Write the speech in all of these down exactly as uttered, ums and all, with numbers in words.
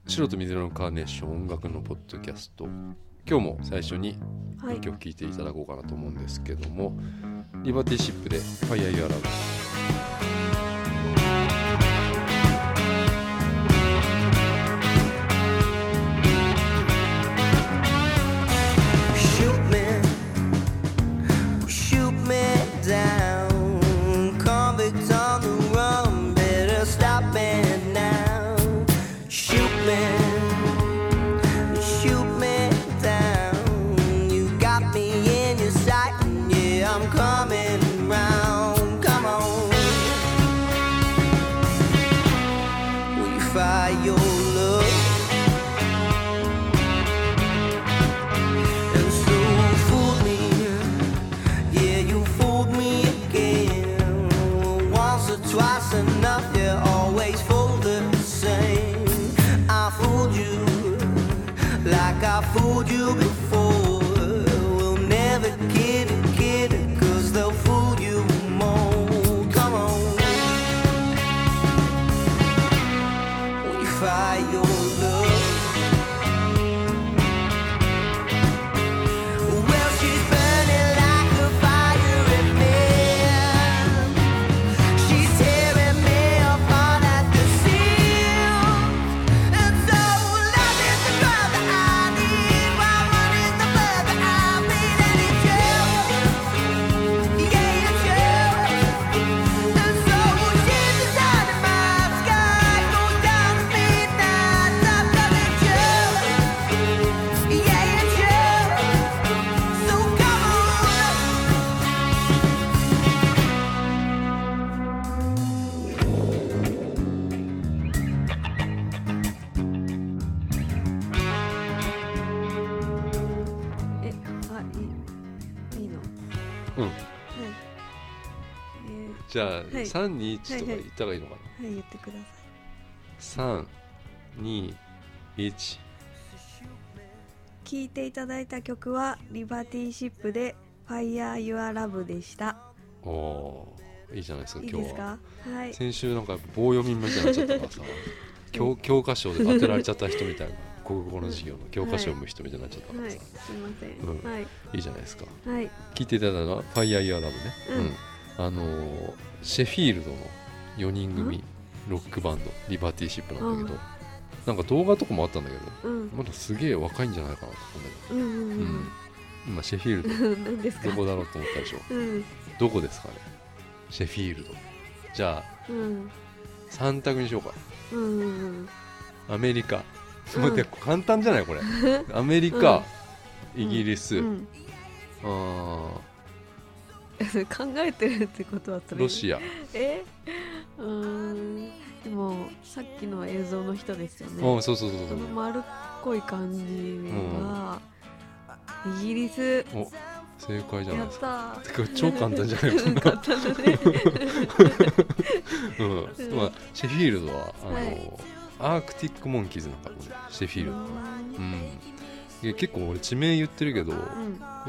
白と水色のカーネーション音楽のポッドキャスト、今日も最初に一曲聴いていただこうかなと思うんですけども、はい、リバティシップで Fire Your Love。 Fooled you before, we'll never get it, get it, cause they'll fool you more. Come on, we fight your love. Well, she's burning like a fire in me. She's tearing me apart at the seams. And so love is the drug that I need. じゃあ、はい、さんにいちとか言った方がいいのかな。 はい、はい、言ってください。 さんにいち。 聴いていただいた曲はリバティシップで Fire Your Love でした。 おー、いいじゃないですか。今日はいいですか。はい、 先週なんか棒読みみたいになっちゃったからさ教, 教科書で当てられちゃった人みたいな国語の授業の教科書読む人みたいになっちゃったからさ、 はいはい、すいません、 うん、 はい、 いいじゃないですか。 はい、 聴いていただいたのは Fire Your Love ね、 うんうん、 あのー、シェフィールドのよにん組ロックバンドリバティシップなんだけど、なんか動画とかもあったんだけど、うん、まだすげえ若いんじゃないかなと思うんだけど、うんうんうん、今シェフィールド何ですか、 どこだろうと思ったでしょ、うん、どこですかねシェフィールド。じゃあ、うん、さん択にしようか、うんうん、アメリカ、うん、待って簡単じゃないこれアメリカ、うん、イギリス、うんうん、あ考えてるってことはそれロシア、 えうーんでもさっきの映像の人ですよね。 おそうそうそうそう、 その丸っこい感じは、うん、イギリス。 お正解じゃないですか。 やったー超簡単じゃないかな簡単だね、 うんまあ、シェフィールドはあの、はい、アークティックモンキーズなんかもねシェフィールド、うん、結構俺地名言ってるけど、うん、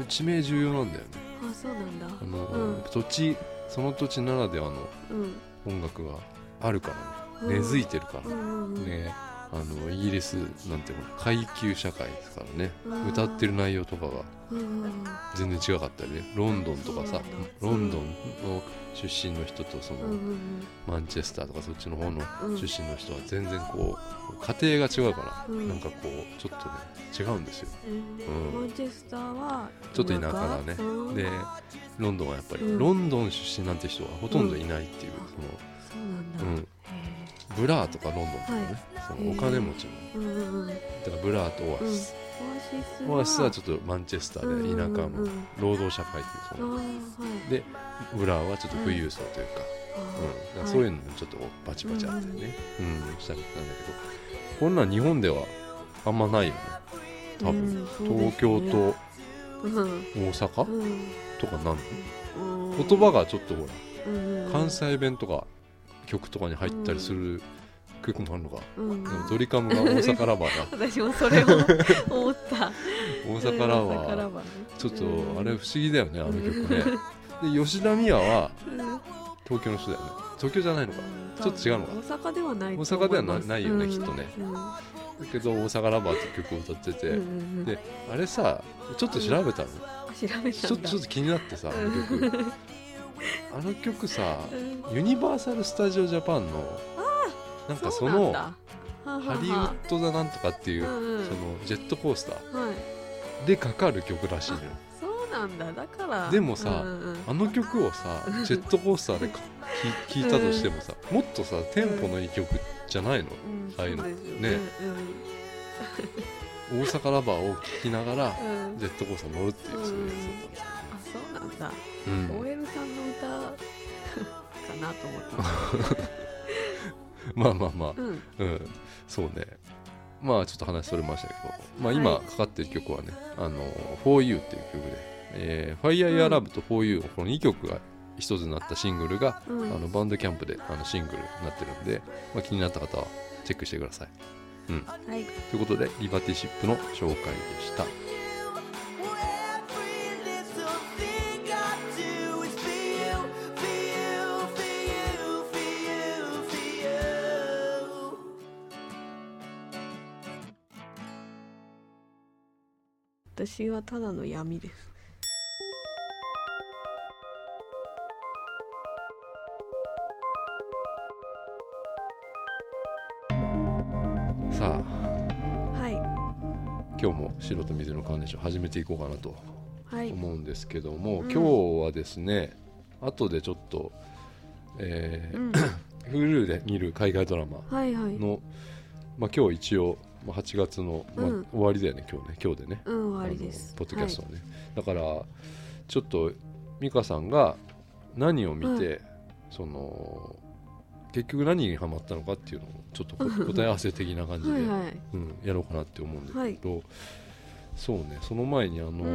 地名重要なんだよね。 あ、そうなんだ。 あの、うん、土地その土地ならではの音楽があるからね、うん、根付いてるから、うん、ね、あのイギリスなんて階級社会ですからね、うん、歌ってる内容とかが全然違かったりね。ロンドンとかさ、ロンドンの出身の人とその、うん、マンチェスターとかそっちの方の出身の人は全然こう家庭が違うから、うん、なんかこうちょっとね違うんですよ、 うん、マンチェスターはちょっと田舎だね、うん、でロンドンはやっぱり、うん、ロンドン出身なんて人はほとんどいないっていう、 その、そうなんだ、 うん、ブラーとかロンドンとかね、はい、そのお金持ちの、うん、だからブラーとオアシス、うん、オアシスはちょっとマンチェスターで田舎の労働社会っていうその、はい、でブラーはちょっと富裕層というか、うん、だからそういうのもちょっとバチバチあってね、うん、うん、したんだけど、こんなん日本ではあんまないよね多分、うん、東京と大阪、うん、とかなんの、うん、言葉がちょっとほら、うん、関西弁とか曲とかに入ったりする曲もあるのか、うん、でもドリカムが大阪ラバーだ私もそれを思った大阪ラバー、ね、ちょっとあれ不思議だよねあの曲ねで吉田美和は東京の人だよね東京じゃないのか、ちょっと違うのか。 大阪ではないと思います。 大阪では な, ないよね、うん、きっとね、 うん、 だけど大阪ラバーって曲を歌ってて、うんうんうん、であれさちょっと調べたの、 うん、調べたんだ。 ちょっとちょっと気になってさ、あの曲あの曲さ、うん、ユニバーサル・スタジオ・ジャパンのなんかそのハリウッド・だなんとかっていう、うんうん、そのジェットコースターでかかる曲らしいのよ。 そうなんだ。だからでもさ、うんうん、あの曲をさジェットコースターで聴いたとしてもさ、もっとさテンポのいい曲じゃないの、うん、ああいうのね、うん、大阪ラバーを聴きながら、うん、ジェットコースター乗るっていう、そういうやつだったんですけど、 あ、そうなんだ、 うん、 オーエル さんの歌かなと思ったまあまあまあ、うん、うん、そうね。まあちょっと話それましたけど、まあ、今かかってる曲はね、はい、あの フォーユー っていう曲で、えー、Fire Your Love と フォーユー このにきょくが一つになったシングルが、うん、あのバンドキャンプであのシングルになってるんで、まあ、気になった方はチェックしてください、うん、 はい、 ということでリバティシップの紹介でした。 私はただの闇です。 さあ、 はい、 今日も白と水のカーネーション始めていこうかなと思うんですけども、はい、今日はですね、うん、後でちょっと、えーうん、Hulu で見る海外ドラマの、 はいはい、 まあ、今日一応はちがつの、まあうん、終わりだよね今日ね、今日でね、 うん、終わりです。 ポッドキャストはね、はい、だからちょっと美香さんが何を見て、うん、その結局何にハマったのかっていうのをちょっと答え合わせ的な感じではい、はい、うん、やろうかなって思うんだけど、はい、そうね、その前にあのーうん、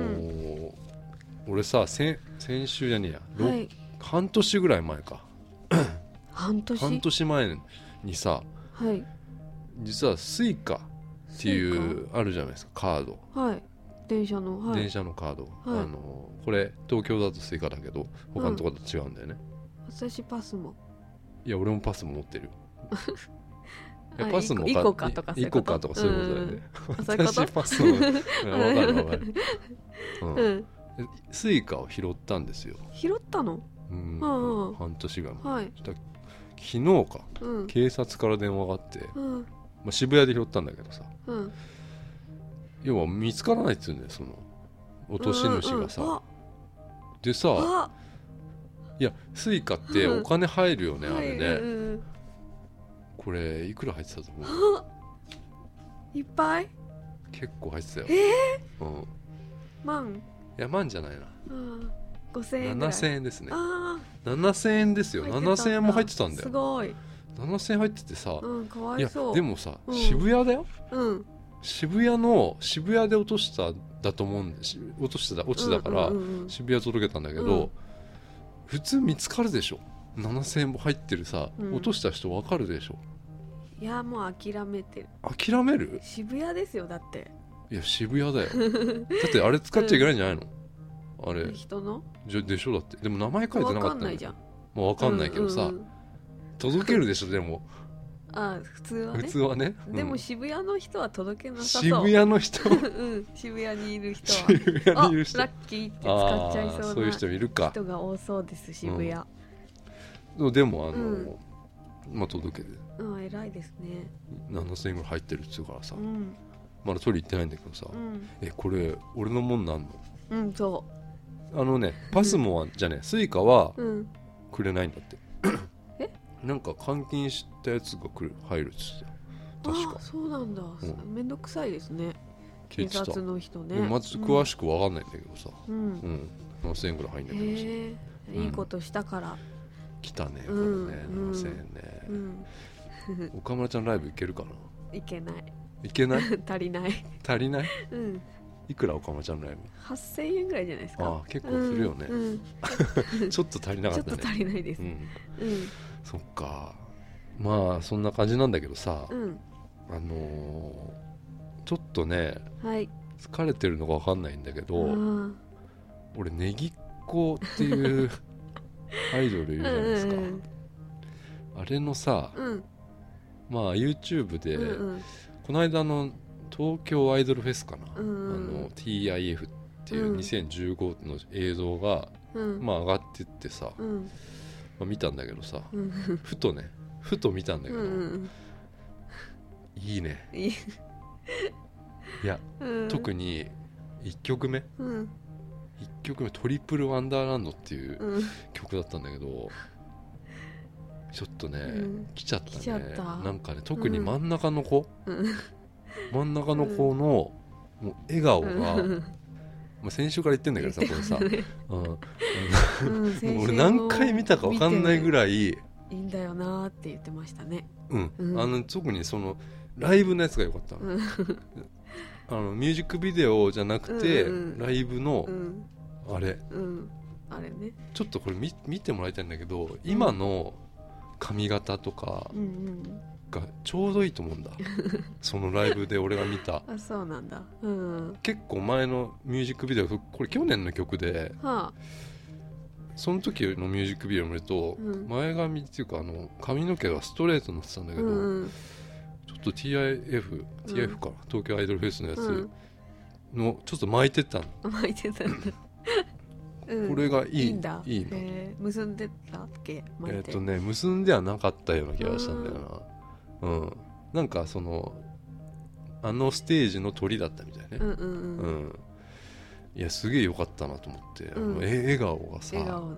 俺さ先週じゃねえや、はい、半年ぐらい前か半年半年前にさ、 はい、 実はスイカっていうあるじゃないですか、カード、 はい、電車の、はい、 電車のカード、はい、あのこれ東京だとスイカだけど他のところだと違うんだよね、 うん、私パスも、 いや俺もパスも持ってるよいやパスもいっこかとかそういうこと、 いっこかとかそういうことだよね、 うん、そういうこと私パスも分かる分かる、うんうん、スイカを拾ったんですよ。 拾ったの？ うん、うん、半年が、 はい、 昨日か、うん、警察から電話があって、うん、まあ、渋谷で拾ったんだけどさ、うん、要は見つからないっつうんだよ、その落とし主がさ、うんうんうん、でさ、いやスイカってお金入るよね、うん、あれね、うん、これいくら入ってたと思う？ いっぱい？ 結構入ってたよ。 えー、 うん、 万？ いや万じゃないな、 うん、ごせんえんぐらい。 ななせんえんですね。 あ、 ななせんえんですよ。ななせんえんも入ってたんだよ。 すごい。 ななせんえん入っててさ、 うん、かわいそう。 いやでもさ、うん、渋谷だよ、うん、渋谷の渋谷で落としただと思うんで、落としてた落ちたから、うんうんうん、渋谷届けたんだけど、うん、普通見つかるでしょ。ななせんえんも入ってるさ、うん、落とした人分かるでしょ。 いやもう諦めてる。 諦める？ 渋谷ですよ、だって。 いや渋谷だよだってあれ使っちゃいけないんじゃないの、うん、あれ人のでしょ。だってでも名前書いてなかったんだよ。分かんないじゃん。もう分かんないけどさ、うんうんうん、届けるでしょでもああ普通はね、 普通はね、 うん、でも渋谷の人は届けなさそう。 渋谷の人うん、渋谷にいる人は渋谷にいる人、 ラッキーって使っちゃいそうなそういう人いるか。 人が多そうです渋谷、 うん、でもあの、うん、まあ届けて、 うん、偉いですね。 ななせんえんぐらい入ってるって言うからさ、 うん、まだ取り行ってないんだけどさ、うん、えこれ俺のもんなんの？ うんそうあのねパスモはじゃねスイカはくれないんだって、 えなんか換金したやつが来る入るっつって確か。 あそうなんだ、うん、めんどくさいですね警察の人ね。 まず詳しく分かんないんだけどさ、うんうん、ななせんえんぐらい入んだけどさ、 えー、いいことしたから、うん、 来たねこれね、うん、ななせんえんね、うん、岡村ちゃんライブ行けるかな？ 行けない。 いけない足りない足りない、 うん、 いくら岡村ちゃんのライブ？ はっせんえんぐらいじゃないですか。 あ結構するよね、うんうん、ちょっと足りなかったね。 ちょっと足りないです、うんうん、 そっか。まあそんな感じなんだけどさ、 うん、 あのー、ちょっとね、 はい、 疲れてるのか分かんないんだけど、俺ネギっ子っていうアイドルいるじゃないですか、うんうん、 あれのさ、 うん、 まあ YouTube で、 うんうん、 この間の東京アイドルフェスかな、 うん、 あの ティーアイエフ っていうにせんじゅうごの映像が、 うん、 まあ上がってってさ、 うん、 まあ、見たんだけどさ、 うん、 ふとねふと見たんだけど、 うん、 いいね。 いいいや、 うん、 特にいっきょくめ、 うん、 いっきょくめトリプルワンダーランドっていううん、 曲だったんだけど、ちょっとね、うん、来ちゃったね。 来ちゃった。 なんかね、特に真ん中の子、 うん、 真ん中の子の、もう笑顔が、 うん、 まあ、先週から言ってんだけどさ、これさ、うん、 うん、 俺何回見たか分かんないぐらいいいんだよなって言ってましたね。 うん、うん、あの特にそのライブのやつが良かったの、うん、あのミュージックビデオじゃなくて、うんうん、ライブの、うん、あれ、 うん、あれね、 ちょっとこれ 見, 見てもらいたいんだけど、今の髪型とかがちょうどいいと思うんだ、うんうん、そのライブで俺が見たあ、そうなんだ、うん、 結構前のミュージックビデオ、これ去年の曲で、はあ、その時のミュージックビデオを見ると、うん、前髪っていうかあの髪の毛がストレートになってたんだけど、うん、ちょっと ティーアイエフ、うん、ティーアイエフ か東京アイドルフェスのやつのちょっと巻いてったの、 うん、巻いてたんだうん、 これがいい、 いいんだ、いいの、えー、結んでたっけ、 えっとね結んではなかったような気がしたんだよな、うん、なんかそのあのステージの鳥だったみたいね、うんうんうん、うん、いやすげえ良かったなと思って、うん、あの笑顔がさ、笑顔、うん、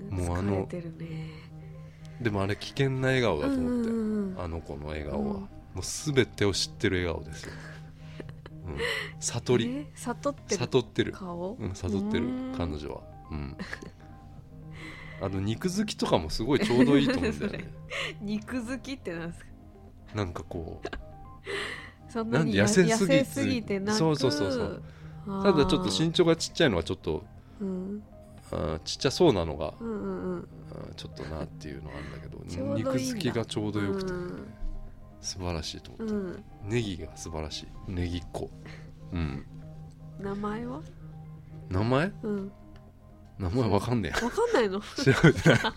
もうあの疲れてるね、でもあれ危険な笑顔だと思って、うんうん、あの子の笑顔は、うん、もう全てを知ってる笑顔ですようん、悟り、 えー、悟ってる悟ってる顔、 うん、悟ってる彼女は、うん、あの肉付きとかもすごいちょうどいいと思うんだよね肉付きってなんですか、 なんかこうそんなに痩せすぎて、痩せすぎてなく、 そうそうそうそう、ただちょっと身長がちっちゃいのはちょっと、うん、あちっちゃそうなのが、うんうんうん、ちょっとなっていうのがあるんだけど、いい肉付きがちょうどよくて、うん素晴らしいと思って、うん、ネギが素晴らしい、ネギっ子、うん、 名前は名前、うん、名前わかんねえわかんないの調べてない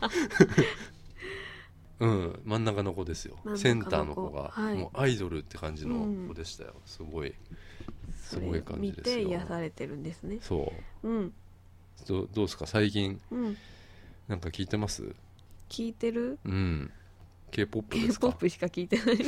うん真ん中の子ですよ、センターの子が、はい、もうアイドルって感じの子でしたよ、うん、すごいすごい感じですよ。 見て癒されてるんですね。 そう、うん、ど, どうですか最近、うん、なんか聞いてます？ 聞いてる？ うん、K-ポップ ですか？ K-ポップ しか聞いてない、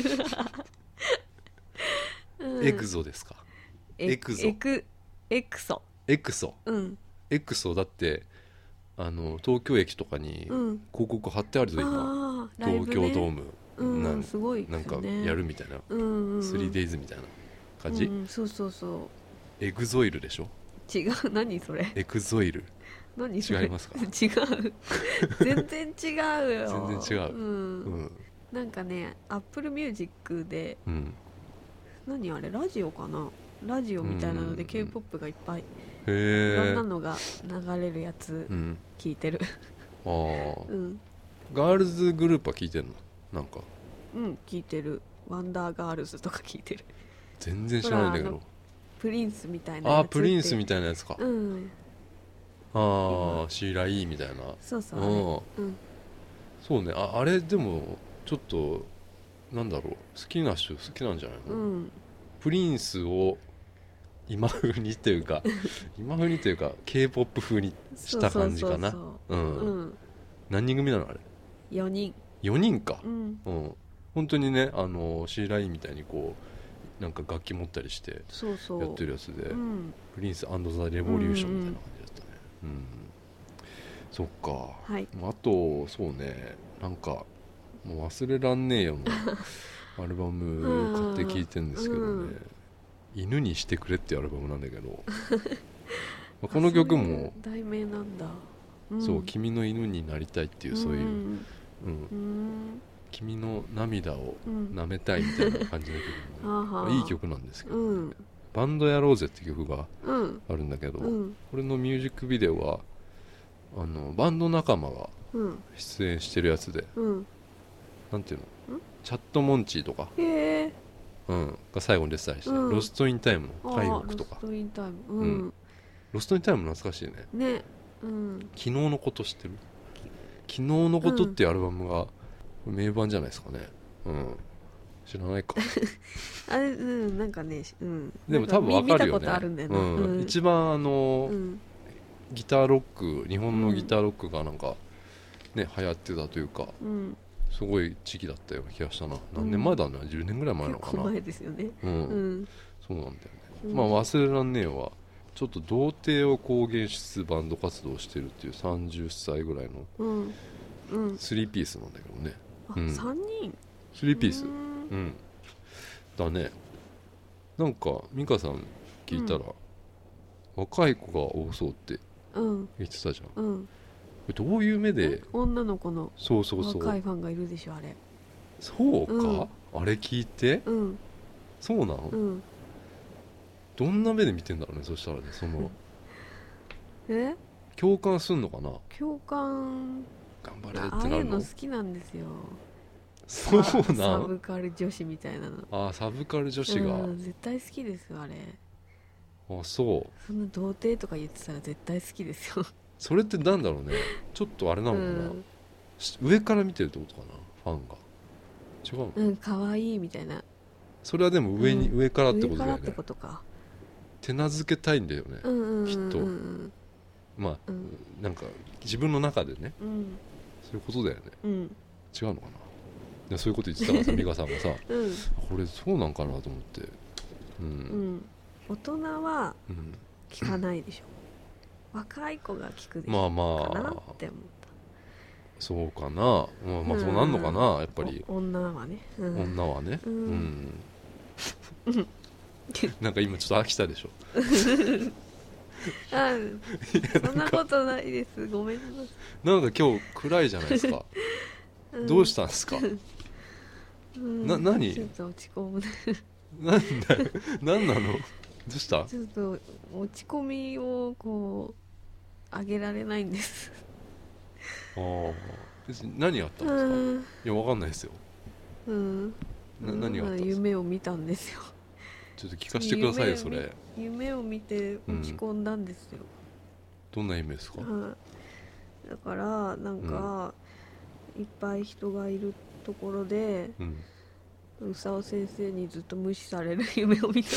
うん、エクゾですか？エクゾ、 エクエクソエクソ、うん、エクソだってあの東京駅とかに広告貼ってあるぞ、うん、今東京ドーム、うん、なんすごい、ね、 なんかやるみたいな、うんうんうん、スリーデイズ みたいな感じ、うん、 そうそうそう、 エグゾイルでしょ？ 違う、何それ？ エクゾイル何それ？ 違いますか？ 違う全然違うよ全然違う、 うんうん、なんかね Apple Music で、うん、何あれラジオかな、ラジオみたいなので K-ポップ がいっぱいいろんなのが流れるやつ聞いてる、 うん、ああ、うん、ガールズグループは聞いてるの？なんかうん聞いてる、ワンダーガールズとか聞いてる。 全然知らないんだけど、 プリンスみたいなやつ、 あプリンスみたいなやつか、 うん、 ああシーライーみたいな、 そうそう、ね、うん、 そうね、 あ, あれでもちょっとなんだろう、好きな人好きなんじゃないの、うん、プリンスを今風にというか今風にというか K-ポップ 風にした感じかな。何人組なのあれ？ よにん。 よにんか、うんうん、本当にね、あのシーラインみたいにこうなんか楽器持ったりしてやってるやつで、うん、プリンス&ザ・レボリューションみたいな感じだったね、うんうんうん、そっか、はい、あとそうね、なんかもう忘れらんねえよのアルバム買って聴いてるんですけどね、うん、犬にしてくれっていうアルバムなんだけどまあこの曲も題名なんだ、 うん、そう君の犬になりたいっていう、そういう、うんうん、君の涙を舐めたいみたいな感じの曲、ねうんまあ、いい曲なんですけど、ねうん、バンドやろうぜって曲があるんだけど、うん、これのミュージックビデオはあのバンド仲間が出演してるやつで、うん、なんていうの、チャットモンチーとか、へー、うん、が最後に出てたりして、うん、ロストインタイムの回復とか、 ロストインタイム、うんうん、ロストインタイム懐かしいね。 ね、うん、 昨日のこと知ってる？昨日のことっていうアルバムが名盤じゃないですかね。うん知らないかあれうんなんかね、うん、 でも多分わかるよね。 見たことあるんだよな、 うんうん、 一番あの、うん、ギターロック日本のギターロックがなんかね流行ってたというか、うん、すごい時期だったような気がしたな。何年前だね、うん、じゅうねんぐらい前なのかな。 結構前ですよね。 うん、うん、そうなんだよね、うん、まあ忘れらんねえはちょっと童貞を公言しつつバンド活動してるっていうさんじゅっさいぐらいのスリーピースなんだけどね、 うん、あ、さんにんスリーピース、うん、だね。なんか美香さん聞いたら、うん、若い子が多そうって言ってたじゃん、うん、どういう目で女の子のそうそうそう若いファンがいるでしょあれ。 そうか、うん、あれ聞いて、うん、そうなん、うん、どんな目で見てんだろうね。そしたらねそのえ共感すんのかな。 共感頑張れってなるの。 ああいうの好きなんですよ。 そうなんサブカル女子みたいなの。 ああサブカル女子が、 うん、絶対好きですよあれ。 あそうその童貞とか言ってたら絶対好きですよ。 それってなんだろうね。ちょっとあれなのかな、うん、上から見てるってことかなファンが。違うの。 うん可愛いみたいな。 それはでも上に、うん、上からってことだよね。 上からってことか。 手なずけたいんだよね、 うんうんうんうん、 きっとまあ、うん、なんか自分の中でね、うん、そういうことだよね、うん、違うのかな。そういうこと言ってたからさ美香さんがさ、うん、これそうなんかなと思って、うんうん、 大人は聞かないでしょ、うん、若い子が聞くでしょ。 まあまあかなって思った。 そうかな、まあ、まあそうなんのかな、うん、やっぱり女はね、うん、 女はね、うんうん、なんか今ちょっと飽きたでしょあそんなことないです。ごめんなさい。 なんか今日暗いじゃないですか、うん、どうしたんですか、うん、な何ちょっと落ち込むねなんだ何なのどうした。 ちょっと落ち込みをこう上げられないんですああ何やったんですか、うん、いやわかんないですよ、うん、な何があったんですか。 夢を見たんですよ。 ちょっと聞かせてくださいよそれ。 夢を見て落ち込んだんですよ、うん、 どんな夢ですか。 はあ、だからなんか、うん、いっぱい人がいるところで、うん、うさお先生にずっと無視される夢を見たんです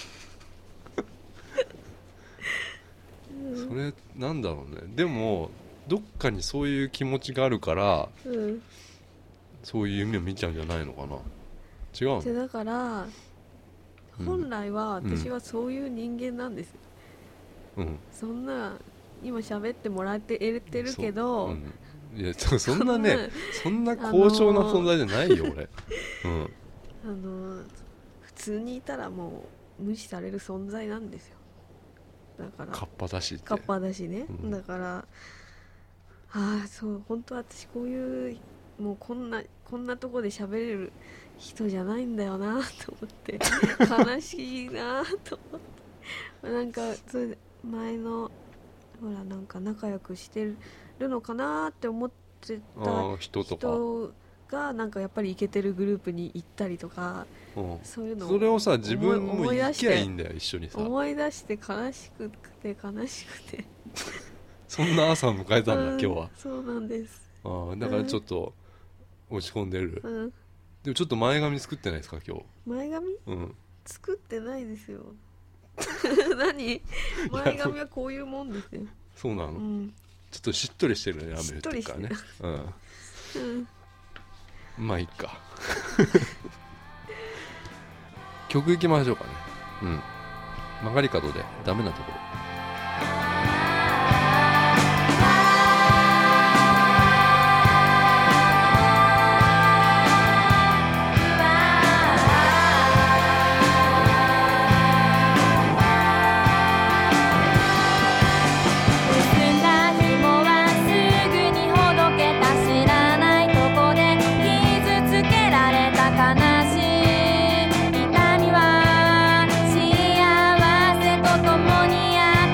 それなんだろうね。でもどっかにそういう気持ちがあるから、うん、そういう夢を見ちゃうんじゃないのかな。違うの。 だから本来は私はそういう人間なんです、うん、そんな今喋ってもらって得てるけど、うん、 いやそんなねそんな高尚な存在じゃないよ、あのー、俺、うん、 あのー、普通にいたらもう無視される存在なんですよ。だからカッパだしってカッパだしね、うん、だからああそう本当私こういうもうこんなこんなとこで喋れる人じゃないんだよなと思って悲しいなと思ってなんかそれ前のほらなんか仲良くしてるのかなって思ってた人とか人がなんかやっぱりイケてるグループに行ったりとか、うん、そういうのをそれをさ自分も行きゃいいんだよ一緒にさ思い出して悲しくて悲しくてそんな朝を迎えたんだ、うん、今日は。 そうなんです。 あだからちょっと落ち込んでる、うん、でもちょっと前髪作ってないですか今日。 前髪、うん、作ってないですよ何前髪はこういうもんですよ。 そうなの、うん、ちょっとしっとりしてるね雨降ってるからね、うんうん、まあいいか曲いきましょうかね。うん曲がり角でダメなところ。 幸せと共にやって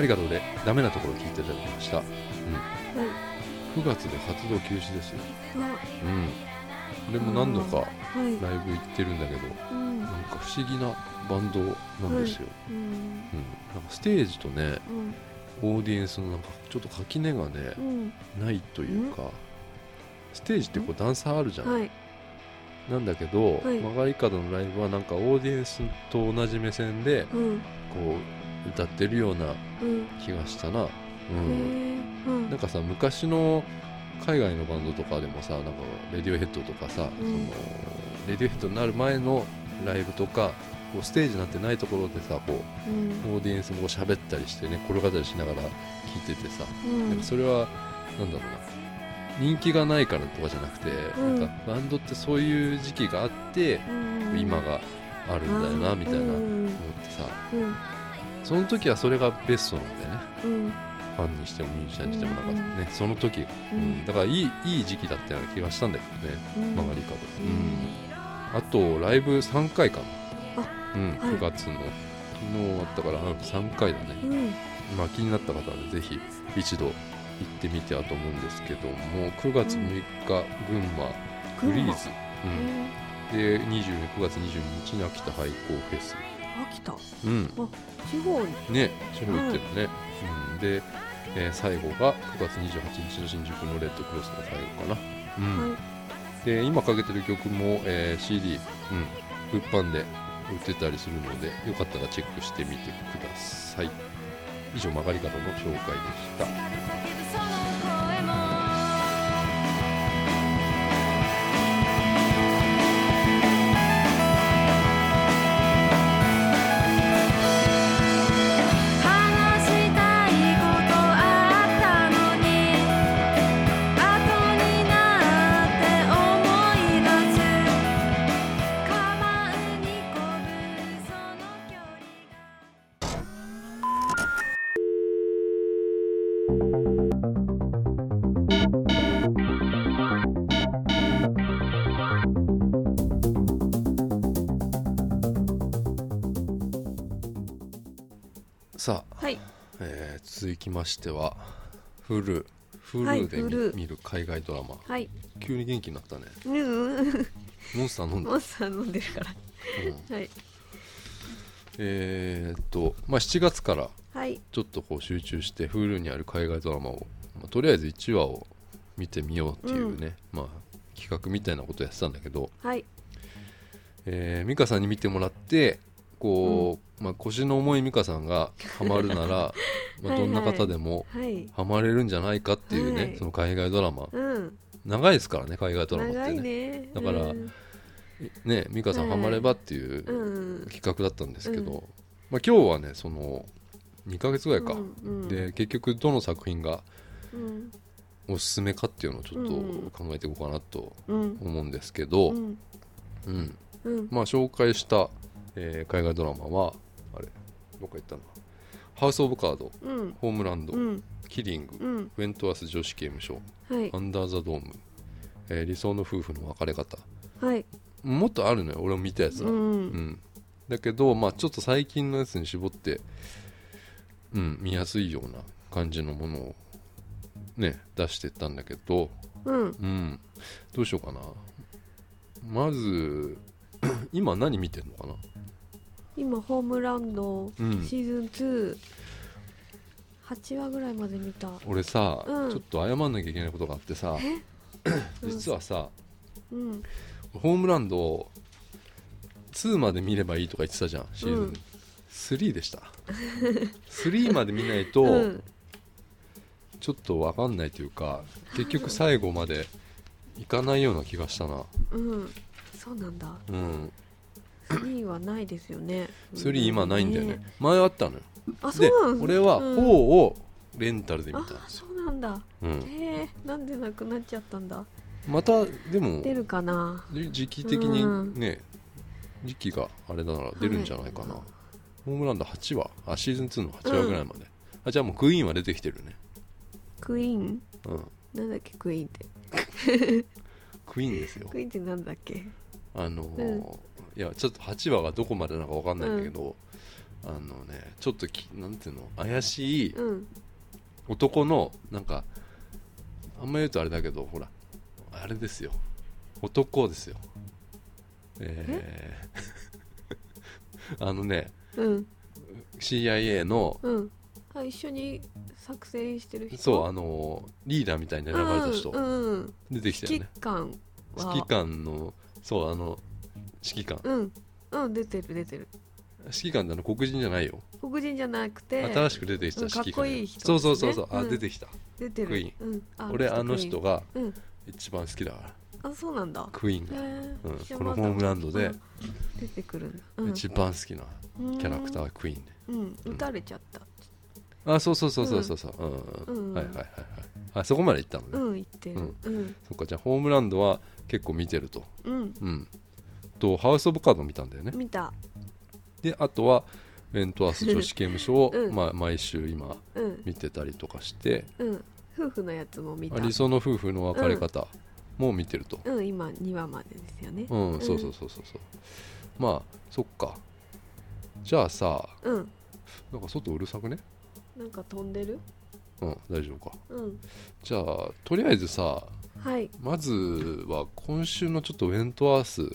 りがとうでダメなところを聞いていただきました、うんはい、 くがつで活動休止ですよ、うん、でも何度かライブ行ってるんだけど、はい、なんか不思議なバンドなんですよ、はい、うんうん、なんかステージとね、うん、オーディエンスのなんかちょっと垣根がね、うん、ないというか、うん、ステージってこう段差あるじゃない、はい、なんだけど、はい、曲がり角のライブはなんかオーディエンスと同じ目線で、うん、こう歌ってるような気がしたな、うんうん、なんかさ昔の海外のバンドとかでもさなんかレディオヘッドとかさ、うん、そのレディオヘッドになる前のライブとかこうステージなんてないところでさこう、うん、オーディエンスも喋ったりしてね転がったりしながら聴いててさ、うん、なんかそれはなんだろうな人気がないからとかじゃなくて、うん、なんかバンドってそういう時期があって、うん、今があるんだよなみたいな思ってさ、うん、その時はそれがベストなんだよね、うん、ファンにしてもミュージシャンにしてもなんかね、その時、うん、だからいい、いい時期だったような気がしたんだけどね、うん、曲がり角、うん、あとライブさんかいかな、うん、くがつの、はい、昨日あったからさんかいだね、うん、まあ気になった方はぜひ一度行ってみてはと思うんですけどもくがつむいか、うん、群馬フリーズ、うん、でにじゅうくがつにじゅうににちに秋田廃校フェス秋田、 うん、 あ地方にね地方行ってるね、うんうん、で、えー、最後がくがつにじゅうはちにちの新宿のレッドクロスが最後かな、うんはい、で今かけてる曲も、えー、シーディー、うん、物販で売ってたりするのでよかったらチェックしてみてください。以上曲がり角の紹介でした。さあ、はいえー、続きましては Hulu Hulu で 見,、はい、見る海外ドラマ、はい、急に元気になったね、うん、モンスター飲んでモンスター飲んでるから、うんはい、 えー、っと、まあ、しちがつからちょっとこう集中して Hulu にある海外ドラマを、まあ、とりあえずいちわを見てみようっていうね、うんまあ、企画みたいなことをやってたんだけど、はいえー、美香さんに見てもらってこう、うんまあ、腰の重い美香さんがハマるならまあどんな方でもハマれるんじゃないかっていうね、はい、その海外ドラマ、うん、長いですからね海外ドラマってね、ねだから、うん、ね美香さんハマればっていう企画だったんですけど、うんまあ、今日はねそのにかげつぐらいか、うんうん、で結局どの作品がおすすめかっていうのをちょっと考えていこうかなと思うんですけど、うんうんうん、まあ紹介したえー、海外ドラマはあれどっか行ったのハウスオブカード、うん、ホームランド、うん、キリング、うん、ウェントワース女子刑務所、はい、アンダーザドーム、えー、理想の夫婦の別れ方、はい、もっとあるのよ俺も見たやつは、うんうん、だけど、まあ、ちょっと最近のやつに絞って、うん、見やすいような感じのものをね出してったんだけど、うんうん、どうしようかなまず今何見てんのかな今ホームランド、うん、シーズンツーはちわぐらいまで見た俺さ、うん、ちょっと謝んなきゃいけないことがあってさ実はさ、うん、ホームランドツーまで見ればいいとか言ってたじゃんシーズン、うん、スリーでしたスリーまで見ないと、うん、ちょっと分かんないというか結局最後までいかないような気がしたなうんそうなんだうんスリーはないですよねスリー今ないんだよね、ね前あったのよあそうなんで俺はフォーをレンタルで見たんですよ、 うん、あそうなんだ、うん、えー、なんでなくなっちゃったんだまたでも出るかな時期的にね、うん、時期があれだから出るんじゃないかな、はい、ホームランドはちわあシーズンツーのはちわぐらいまで、うん、あじゃあもうクイーンは出てきてるねクイーン、うん、なんだっけクイーンってクイーンですよクイーンってなんだっけあのーうん、いやちょっとはちわがどこまでなのか分かんないんだけど、うあのねちょっときなんていうの怪しい男のなんかあんま言うとあれだけどほらあれですよ男ですよえー、あのね、うん、シーアイエー の、 うん、あ一緒に作成してる人そうあのリーダーみたいに選ばれた人、うん、出てきたよね指揮官は指揮官のそうあの指揮官うんうん出てる出てる指揮官ってあの黒人じゃないよ黒人じゃなくて新しく出てきた指揮官、うん、 かっこいい人、ね、 そうそうそうそうあ、 うん、 出てきた出てるクイーン、 うん、あ俺あの人が一番好きだから、 あそうなんだクイーンが、うん、このホームランドで、うん、 出てくるんだ、うん、 一番好きなキャラクターはクイーンで、 うん、撃たれちゃった、 うん、あそうそうそうそうそうそう、うんうん、はいはいはいはいあそこまで行ったのねうん行ってる、うんうん、 そっかじゃあホームランドは結構見てるとうん、うん、とハウスオブカード見たんだよね見たであとはベントワース女子刑務所を、うんまあ、毎週今見てたりとかして、 うん、夫婦のやつも見た理想の夫婦の別れ方も見てると、 うん、うん、今にわまでですよねうん、うん、そうそうそうそうそうまあそっかじゃあさ、うん、なんか外うるさくねなんか飛んでるうん大丈夫か、 うん、 じゃあとりあえずさ、はい、まずは今週のちょっとウェントワース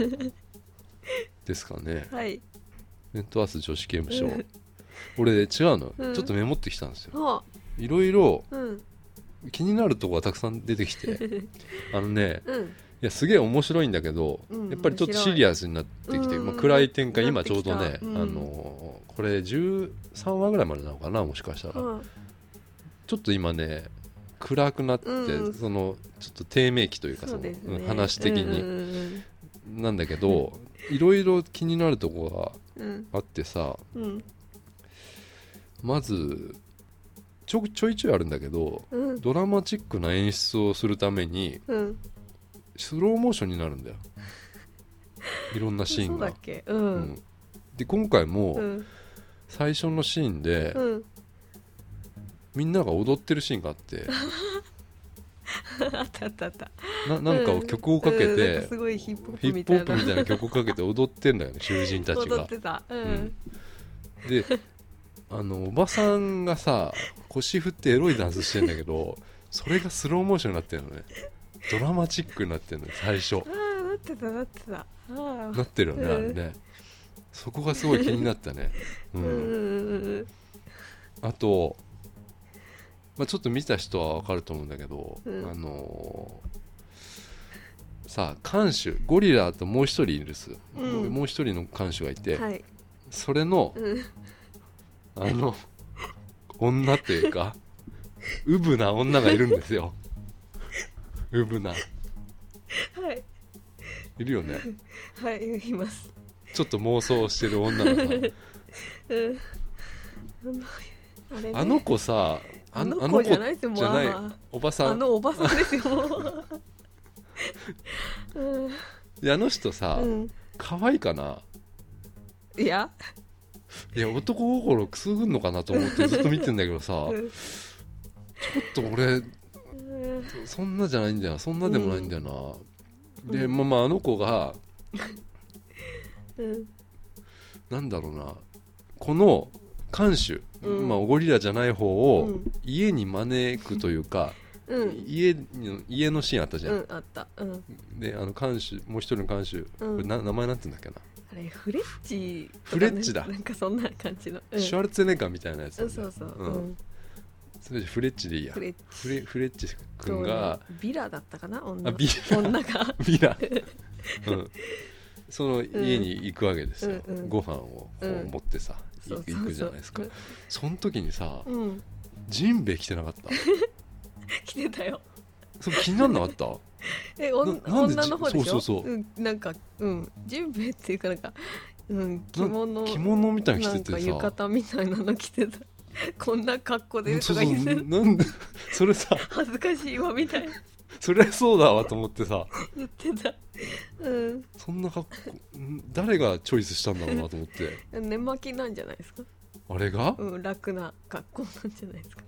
ですかねはいウェントワース女子刑務所俺違うの、うん、ちょっとメモってきたんですよいろいろ気になるとこがたくさん出てきてあのね、うん、いやすげえ面白いんだけど、うん、やっぱりちょっとシリアスになってきて、まあ、暗い展開、今ちょうどね、うん、あのこれじゅうさんわぐらいまでなのかなもしかしたら、うん、ちょっと今ね暗くなって、うん、そのちょっと低迷期というかその、ね、話的に、うんうん、なんだけどいろいろ気になるとこがあってさ、うん、まずちょ、ちょいちょいあるんだけど、うん、ドラマチックな演出をするために、うん、スローモーションになるんだよいろんなシーンがそうだっけ、うんうん、 で今回も最初のシーンで、うん、みんなが踊ってるシーンがあってあったあったあったな, なんか曲をかけて、うん、 すごいヒップホップみたい な, みたいな曲をかけて踊ってんだよね囚人たちが踊ってた、うんうん、 であのおばさんがさ腰振ってエロいダンスしてんだけどそれがスローモーションになってるのねドラマチックになってるのよ最初ああなってたなってたあなってるよね、うん、あれねそこがすごい気になったね、うん、あと、まあ、ちょっと見た人は分かると思うんだけど、うん、あのー、さあ看守ゴリラともう一人いるんです、うん、もう一人の看守がいて、はい、それの、うんあの女っていうかウブな女がいるんですよウブなはいいるよねはいいますちょっと妄想してる女がさ、うん、あ, れね、あの子さあの子じゃないですよじゃないおばさんあのおばさんですよ、 うん、であの人さ、うん、可愛いかないやいや男心くすぐんのかなと思ってずっと見てんだけどさ、うん、ちょっと俺、うん、そんなじゃないんだよそんなでもないんだよな、うん、でまあまああの子が、うん、なんだろうなこの看守、うんまあ、ゴリラじゃない方を家に招くというか、うん、家, の家のシーンあったじゃん、うん、 あった、うん、 であの看守もう一人の看守、うん、これな名前なんて言うんだっけなあれフレッチフレッチだなんかそんな感じの、 うん、シュワルツェネッガーみたいなやつなんだ、そうそう、うん、 それでフレッチでいいやフレッチフレ、フレッチ君が、 ね、ビラだったかな 女, あビラ女がビラ、うん、その家に行くわけですよ、うんうん、ご飯をこう持ってさ、うん、行, 行くじゃないですか、そうそうそうその時にさ、うん、ジンベエ来てなかった来てたよそれ気にならなかったえお女の方でしょそうそうそう、 うん、なんかうんジンベエっていうかなんか、うん、着物着物みたいなの着ててさなんか浴衣みたいなの着てたこんな格好でとか言ってそうそうなんでそれさ恥ずかしいわみたいなそりゃそうだわと思ってさ言ってた、うん、 そんな格好誰がチョイスしたんだろうなと思って寝巻きなんじゃないですかあれが、 うん、楽な格好なんじゃないですか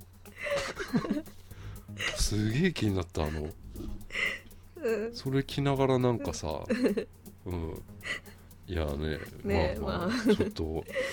すげえ気になったあの、うん、それ着ながらなんかさ、うん、いやね、 ねまあまあ、まあ、ちょっと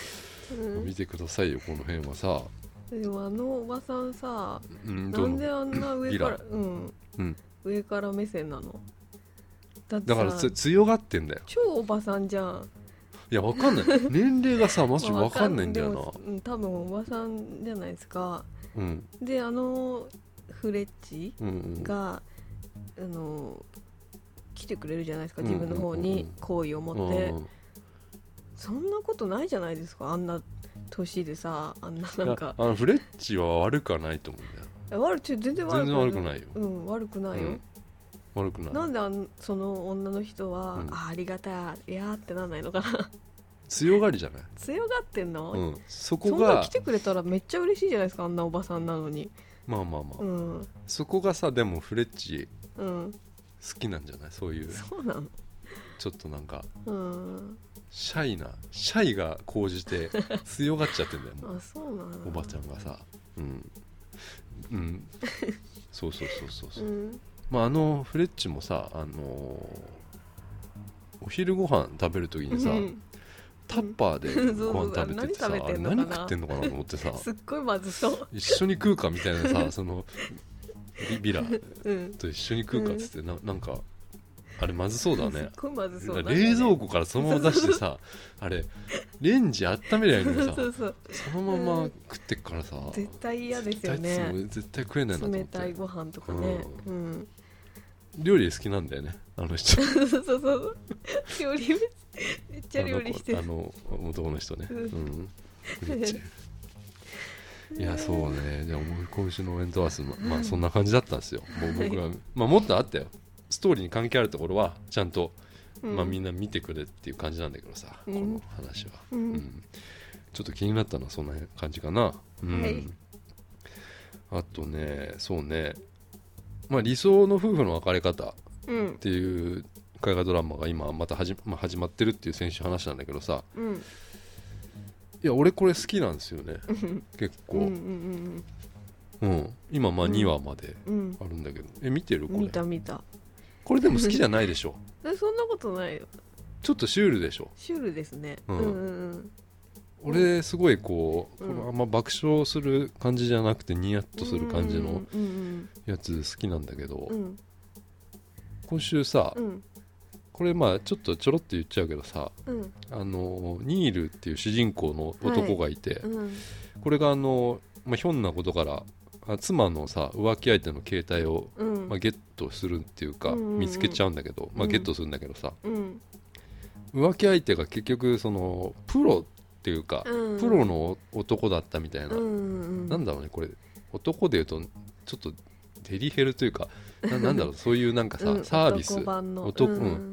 うん、 見てくださいよこの辺はさ。 でもあのおばさんさ、 うん、 なんであんな上から、うん、 うん、 上から目線なの？ だってだからつ強がってんだよ。 超おばさんじゃん。 いやわかんない年齢がさマジわかんないんだよな。 うん、多分おばさんじゃないですか、 うん、 であのフレッチが、 うんうん、あの来てくれるじゃないですか、自分の方に好意を持って、うんうんうん、そんなことないじゃないですか、あんな年でさ、あんななんかあのフレッチは悪くはないと思うんだよ。 悪全然悪くない、 全然悪くないよ、 うん、悪くないよ、うん、 悪くない。 なんであんその女の人は、うん、あ, ありがたいいやーってなんないのかな強がりじゃない？ 強がってんの、 うん、そこがそんな来てくれたらめっちゃ嬉しいじゃないですか、あんなおばさんなのに。 まあまあまあ、 うん、 そこがさでもフレッチ、 うん、 好きなんじゃない？そういう、 そうなの、 ちょっとなんか、 うん、 シャイなシャイが高じて強がっちゃってんだよもうあ、そうなの、 おばちゃんがさ、うんうんそうそうそうそうそう、うん、まああのフレッチもさ、あのー、お昼ご飯食べるときにさ、うん、タッパーでご飯食べててさ、あれ何食ってんのかなと思ってさすっごいまずそう、 一緒に食うかみたいなさそのビラと一緒に食うかっつって、うん、な, なんかあれまずそうだね。すっごいまずそうだね。冷蔵庫からそのまま出してさあれレンジ温めりゃいいのにさそうそう、 そのまま食ってっからさ、うん、 絶対嫌ですよね。 絶対食えないなと思って。 冷たいご飯とかね、うんうん、 料理好きなんだよねあの人そうそうそう料理めっちゃ料理してるあの男の人ね、うん、うん、いやそうね。じゃあ今週のエントワース、ま、まあそんな感じだったんですよ。もう僕は、まあ、もっとあったよ、ストーリーに関係あるところはちゃんと、うん、まあ、みんな見てくれっていう感じなんだけどさ、うん、この話は、うんうん、ちょっと気になったのはそんな感じかな、うん、はい、あとね、そうね、まあ、理想の夫婦の別れ方っていう海外ドラマが今また始、まあ、始まってるっていう先週話したんだけどさ、うん、いや俺これ好きなんですよね結構、うんうんうんうん、今まあにわまであるんだけど、うん、え見てるこれ？ 見た見た。 これでも好きじゃないでしょそんなことないよ。 ちょっとシュールでしょ。 シュールですね、うんうんうん、 俺すごいこう、うん、このあんま爆笑する感じじゃなくてニヤッとする感じのやつ好きなんだけど、うんうん、今週さ、うん、これまあちょっとちょろっと言っちゃうけどさ、うん、あのニールっていう主人公の男がいて、はい、うん、これがあの、まあ、ひょんなことから妻のさ浮気相手の携帯を、うん、まあ、ゲットするっていうか、うんうんうん、見つけちゃうんだけど、まあ、ゲットするんだけどさ、うん、浮気相手が結局そのプロっていうか、うん、プロの男だったみたいな、うんうん、なんだろうねこれ男でいうとちょっとデリヘルというか な, なんだろうそういうなんかさ、うん、サービス男版の男、うん、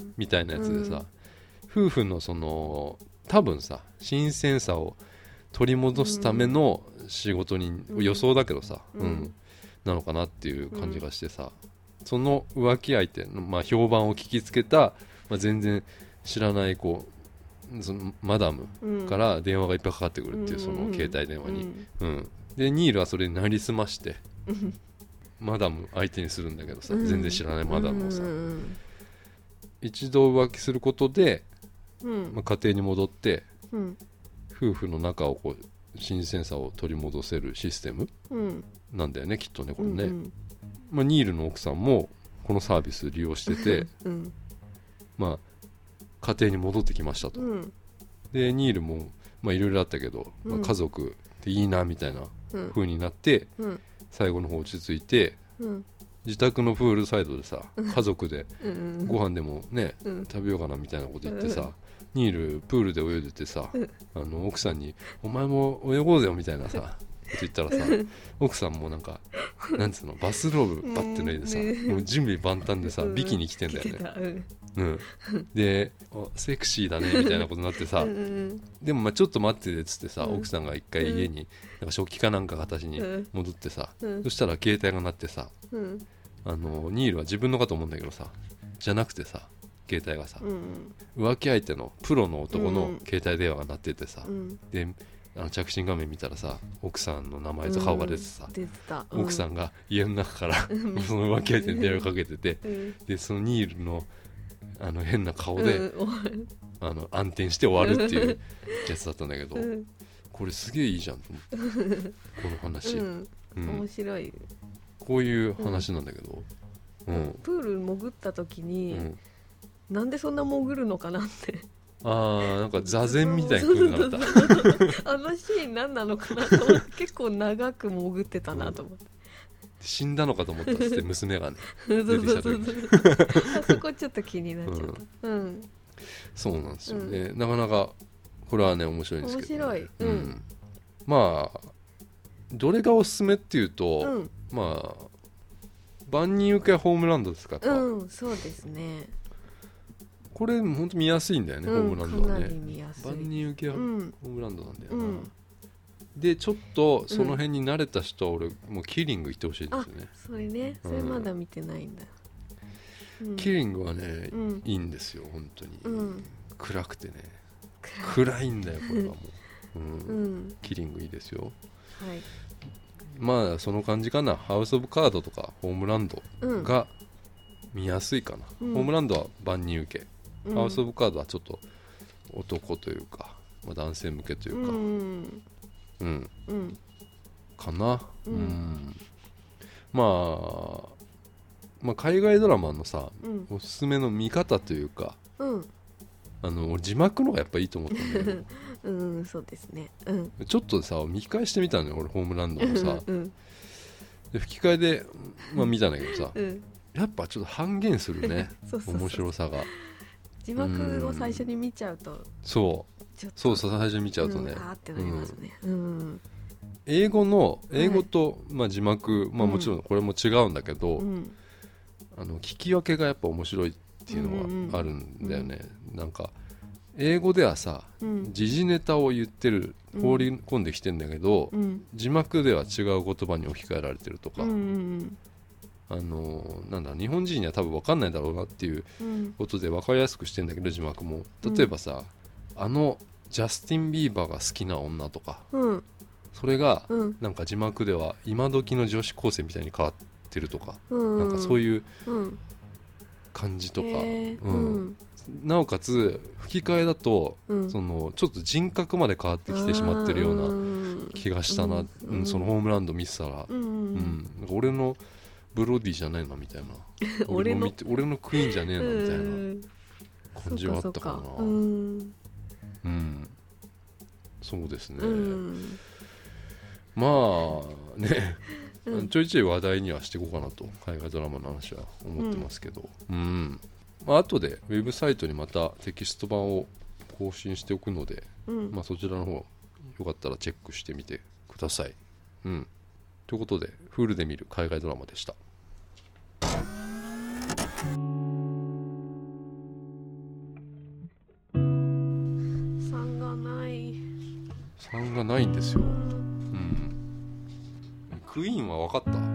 みたいなやつでさ、うん、夫婦のその多分さ新鮮さを取り戻すための仕事に、うん、予想だけどさ、うんうん、なのかなっていう感じがしてさ、うん、その浮気相手の、まあ、評判を聞きつけた、まあ、全然知らないこうそのマダムから電話がいっぱいかかってくるっていう、その携帯電話に、うんうん、でニールはそれになりすましてマダム相手にするんだけどさ、全然知らないマダムをさ、一度浮気することで、まあ、家庭に戻って、夫婦の仲をこう新鮮さを取り戻せるシステムなんだよね、きっとねこれね、うんうん、まあ、ニールの奥さんもこのサービス利用してて、うん、まあ家庭に戻ってきましたと、うん、でニールもまあいろいろあったけど、うん、まあ、家族でいいなみたいな風になって、うん、最後の方落ち着いて、うん、自宅のプールサイドでさ、家族でご飯でもね、うん、食べようかなみたいなこと言ってさ、ニールプールで泳いでてさ、あの奥さんにお前も泳ごうぜよみたいなさこと言ったらさ、奥さんもなんかなんつうのバスローブバッて脱いでさ、うん、もう準備万端でさ、うん、ビキニ着てんだよね、うん、でセクシーだねみたいなことになってさうん、でもまあちょっと待っててっつってさ、うん、奥さんが一回家になんか食器かなんか形に戻ってさ、うん、そしたら携帯が鳴ってさ、うん、あのニールは自分のかと思うんだけどさ、じゃなくてさ携帯がさ、うん、浮気相手のプロの男の携帯電話が鳴っててさ、うん、であの着信画面見たらさ奥さんの名前と顔が出てさ、うん、出てた、うん、奥さんが家の中からその浮気相手に電話かけてて、うん、でそのニールのあの変な顔で、うん、あの暗転して終わるっていうやつだったんだけど、うん、 これすげえいいじゃんと思ってこの話、 うんうん、面白い。 こういう話なんだけど、 うんうん、プール潜った時に、うん、なんでそんな潜るのかなってあーなんか座禅みたいに来るなかったあのシーン何なのかなと思って結構長く潜ってたなと思って、うん、 死んだのかと思ったっつって娘がね出てきた時あそこちょっと気になっちゃった、うんうん、 そうなんですよね、うん、なかなかこれはね面白いんですけど、ね、面白い、うんうん、まあどれがおすすめっていうと、うん、まあ万人受けはホームランドですかと、 うんそうですね。 これ本当見やすいんだよね、うん、ホームランドはね。万人受けはホームランドなんだよな、うん、でちょっとその辺に慣れた人は俺もうキリング行ってほしいですね。 あそれね、それまだ見てないんだ、 うん、キリングはね、うん、いいんですよ本当に、うん、暗くてね暗いんだよこれはもう、うんうん、キリングいいですよ。はい、まあその感じかな。ハウスオブカードとかホームランドが見やすいかな、うん、ホームランドは万人受け、うん、ハウスオブカードはちょっと男というか、まあ、男性向けというか、うんうん、うん、かな、うんうん、まあまあ海外ドラマのさ、うん、おすすめの見方というか、うん、あの字幕の方がやっぱいいと思ったんだけどうんそうですね、うん、 ちょっとさ見返してみたのよ俺ホームランドのさ、うん、で吹き替えで、まあ、見たんだけどさ、うん、やっぱちょっと半減するねそうそうそう面白さが。 字幕を最初に見ちゃうと、うん、 そうそうそう最初に見ちゃうとね、 うん、あーってなりますね、うん、 英語の英語と、はいまあ、字幕、まあ、もちろんこれも違うんだけど、うん、あの聞き分けがやっぱ面白いっていうのがあるんだよね、うんうん、なんか英語ではさ、うん、時事ネタを言ってる放り込んできてんだけど、うん、字幕では違う言葉に置き換えられてるとか、うんうんうんあのー、なんだ日本人には多分分かんないだろうなっていうことで分かりやすくしてんだけど字幕も例えばさ、うん、あのジャスティン・ビーバーが好きな女とか、うん、それがなんか字幕では今時の女子高生みたいに変わってるとか、うん、なんかそういう感じとか、うんうん、なおかつ吹き替えだと、うん、そのちょっと人格まで変わってきてしまってるような気がしたな、うんうん、そのホームランド見てたら、うんうん、なんか俺のブロディじゃないなみたいな俺の俺のクイーンじゃねえなみたいな感じはあったかな。うん、うん、そうですね、うん、まあね、うん、ちょいちょい話題にはしていこうかなと海外ドラマの話は思ってますけど、うんうんまあ後でウェブサイトにまたテキスト版を更新しておくので、うんまあ、そちらの方よかったらチェックしてみてください、うん、ということでフールで見る海外ドラマでした。 さんがないさんがないんですよ、うん、クイーンは分かったもう、うん、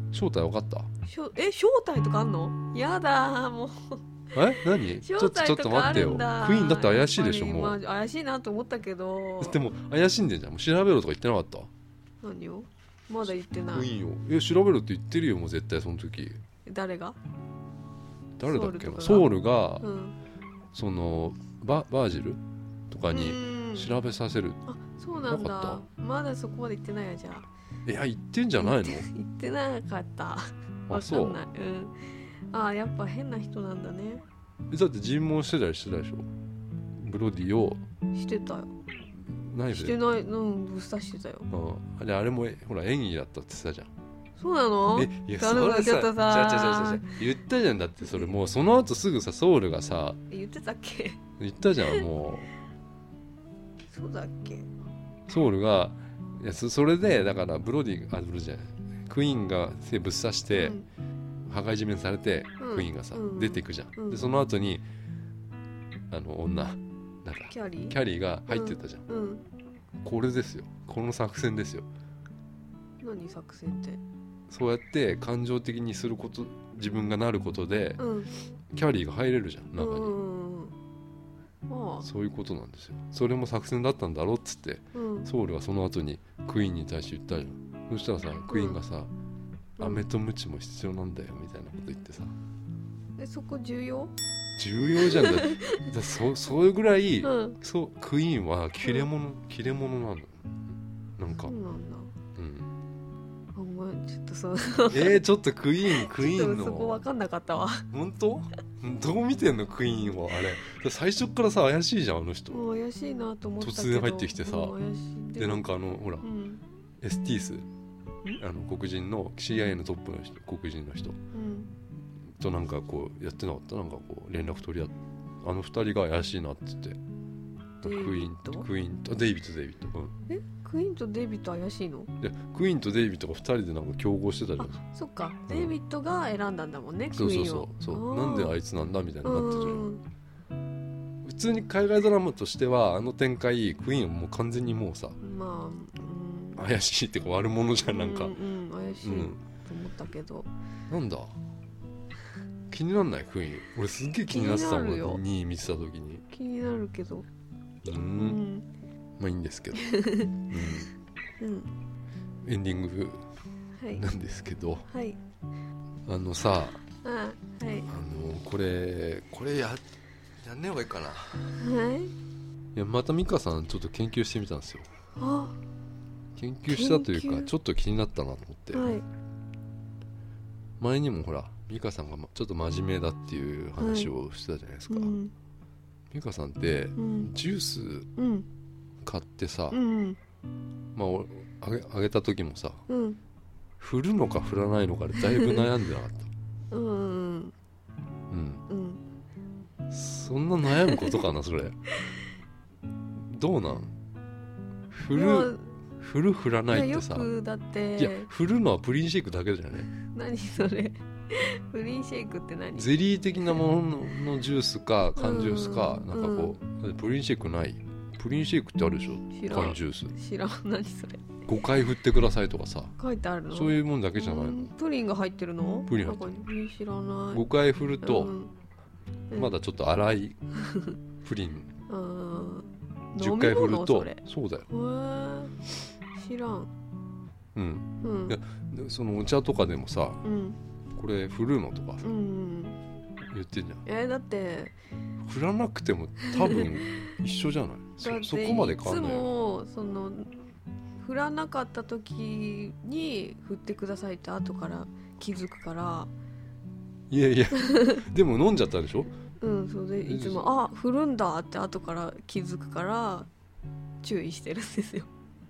正体分かったえ正体とかあんのやだもうえ何ちょっとちょっと待ってよクイーンだって怪しいでしょもう、まあ、 怪しいなと思ったけどでも怪しんでんじゃんもう調べろとか言ってなかった。 何をまだ言ってない。 クイーンをえ調べろって言ってるよもう絶対その時。 誰が誰だっけなソウルが、うん、その バ, バージルとかに調べさせる。 あそうなんだまだそこまで言ってないやじゃあ。 いや言ってんじゃないの言ってなかったわかんない。うん、あやっぱ変な人なんだね。 だって尋問してたりしてたでしょブロディを。 してたよ。 ナイフでしてないうんぶっ刺してたよ、 うん、あれあれもほら演技だったって言ってたじゃん。 そうなの。 えいやそれさじゃあじゃあじゃあ言ったじゃん。だってそれもうその後すぐさソウルがさ言ってたっけ言ったじゃんもうそうだっけソウルがいや そ, それでだからブロディあブロディじゃないクイーンが手ぶっ刺して、うん、羽交い締めにされて、うん、クイーンがさ、うん、出ていくじゃん、うん、でその後にあの女なんかキャリーキャリーが入ってったじゃん、うんうん、これですよこの作戦ですよ。 何作戦ってそうやって感情的にすること自分がなることで、うん、キャリーが入れるじゃん中に、うんああそういうことなんですよ。それも作戦だったんだろうっつって、うん、ソウルはその後にクイーンに対して言ったじゃん。そしたらさクイーンがさ、うん、飴とムチも必要なんだよみたいなこと言ってさ。 えそこ重要重要じゃんだだそそういうぐらい、 うん、 そうクイーンは切れ者、うん、切れ者なんだなんかそうなんだうんあんまちょっとそうえー、ちょっとクイーンクイーンのそこ分かんなかったわ本当どう見てんのクイーンはあれ最初からさ怪しいじゃんあの人もう怪しいなと思ったけど突然入ってきてさでなんかかあのほら、うん、エスティースあの黒人の シーアイエー のトップの人黒人の人、うん、となんかこうやってなかったなんかこう連絡取り合ってあの二人が怪しいなって言ってクイーンとクイーンとデイビッドデイビッド、うん、 えクイーンとデイビッド怪しいの？ でクイーンとデイビッドがふたりでなんか競合してたじゃん。 そっか、うん、デイビッドが選んだんだもんね、クイーンを。そうそうそうなんであいつなんだみたいになってたじゃん。普通に海外ドラマとしてはあの展開クイーンはもう完全にもうさ、まあ、うん、怪しいっていうか悪者じゃんなんか、うんうん、怪しいと思ったけど、 うん、なんだ気になんないクイーン俺すっげえ気になってたもんにい見てた時に気になるけどうん、うん、まあいいんですけど、うんうん、エンディングなんですけど、はい、あのさ あ,、はい、あのこれこれややんねえ方がいいかな、はい、いやまた美香さんちょっと研究してみたんですよ。あ研究したというかちょっと気になったなと思って、はい、前にもほら美香さんがちょっと真面目だっていう話をしてたじゃないですか、はいうん、美香さんって、うん、ジュース買ってさ、うん、まああげ、あげた時もさ、うん、振るのか振らないのかでだいぶ悩んでなかったうんうん、うん、そんな悩むことかなそれどうなん振る振る振らないってさ、いやよくだっていや振るのはプリンシェイクだけじゃね。 何それプリンシェイクって何？ ゼリー的なもののジュースか缶ジュースか、うん、なんかこう、うん、プリンシェイクないプリンシェイクってあるでしょ缶ジュース知らん何それごかい振ってくださいとかさ書いてあるのそういうもんだけじゃないの、うん、 プリンが入ってるのプリン入ってる知らないごかい振ると、うん、まだちょっと粗いプリンじゅっかい振るとそうだよ知らんうん、うん、いやそのお茶とかでもさ、うん、これ振るのとかさ、うん、言ってんじゃん。 えー、だって振らなくても多分一緒じゃないそ, そこまで変わんないよ。いつもその振らなかった時に振ってくださいって後から気づくから。 いやいやでも飲んじゃったでしょ。 うんそうでいつもあ振るんだって後から気づくから注意してるんですよ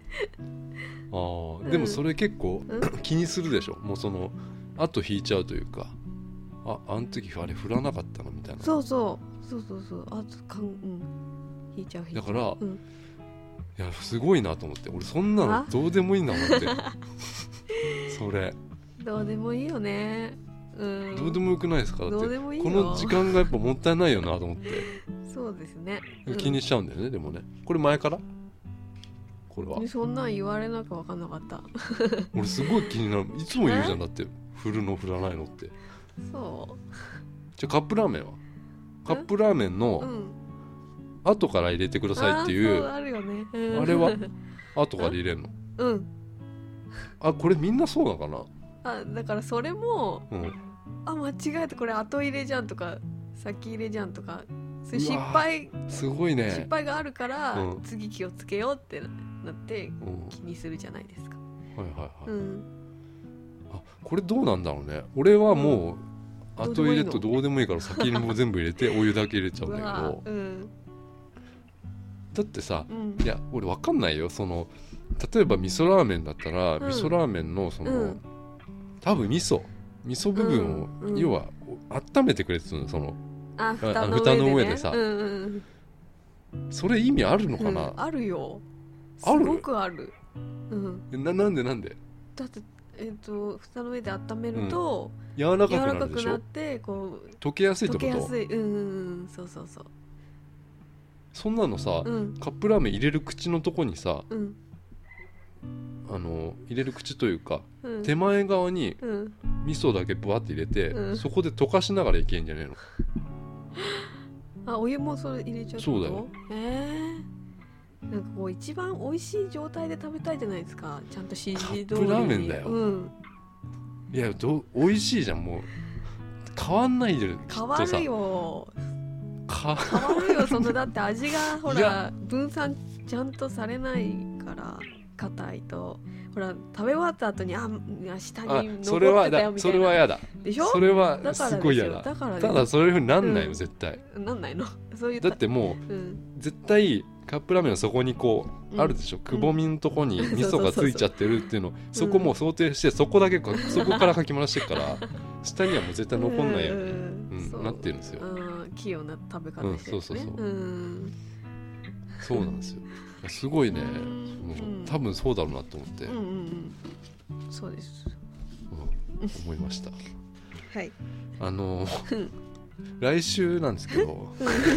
あでもそれ結構、うん、気にするでしょ。もうその後引いちゃうというかああの時あれ振らなかったのみたいな。 そうそうそうそうそうあとかん、うん、引いちゃう引いちゃうだから、 うん、 いやすごいなと思って俺そんなのどうでもいいんだもんってそれどうでもいいよね、うん、 どうでもよくないですかだってどうでもいいよこの時間がやっぱもったいないよなと思ってそうですね、 うん、気にしちゃうんだよねでもねこれ前からこれはそんなん言われなく分かんなかった俺すごい気になるいつも言うじゃんだって振るの振らないのってそうじゃあカップラーメンはカップラーメンの後から入れてくださいっていう、 うん、あ, あるよね、うん、 あれは後から入れるのうんあこれみんなそうなのかなあだからそれも、うん、あ間違えてこれ後入れじゃんとか先入れじゃんとかそういう失敗すごいね失敗があるから、うん、次気をつけようってなって気にするじゃないですか、 うん、はいはいはい、うん、あこれどうなんだろうね俺はもう、うん、後入れとどうでもいいから先にも全部入れてお湯だけ入れちゃうんだけど、うん、だってさ、うん、いや俺分かんないよその例えば味噌ラーメンだったら、うん、味噌ラーメンのその、うん、多分味噌味噌部分を、うん、要は温めてくれてるのそのあ蓋の上で、ね、 の上でさ、うんうん、それ意味あるのかな、 うん、あるよすごくある、 うん、な, なんでなんでだってえー、と蓋の上で温めると、 うん、柔らかくなるでしょ柔らかくなってこう溶けやすいってこと溶けやすいうんうんそうそうそうそんなのさ、うん、カップラーメン入れる口のとこにさ、うん、あの入れる口というか、うん、手前側に味噌だけブワって入れて、うん、そこで溶かしながらいけんじゃねえのあお湯もそれ入れちゃうってことそうだよえー、なんかこう一番美味しい状態で食べたいじゃないですかちゃんと指示通りにカップラーメンだよ、うん、いやど美味しいじゃんもう変わんないでる変わるよか変わるよそのだって味がほら分散ちゃんとされないから硬いとほら食べ終わった後にあ下に残ってたよみたいな。 それはだそれは嫌だでしょ。 それはすごい嫌だ。だからただそういう風になんないよ、うん、絶対なんないのそういうだってもう、うん、絶対カップラーメンの底にこう、うん、あるでしょ、くぼみのとこに味噌がついちゃってるっていうの、そこも想定してそこだけかそこからかき回してるから下にはもう絶対残んないように、うんうん、なってるんですよ。 器用な食べ方してるんですね、うん、そうそうそう、うん、 そうなんですよ。すごいね、もう多分そうだろうなと思って、うんうんうん、そうです、 うん、思いましたはいあの来週なんですけど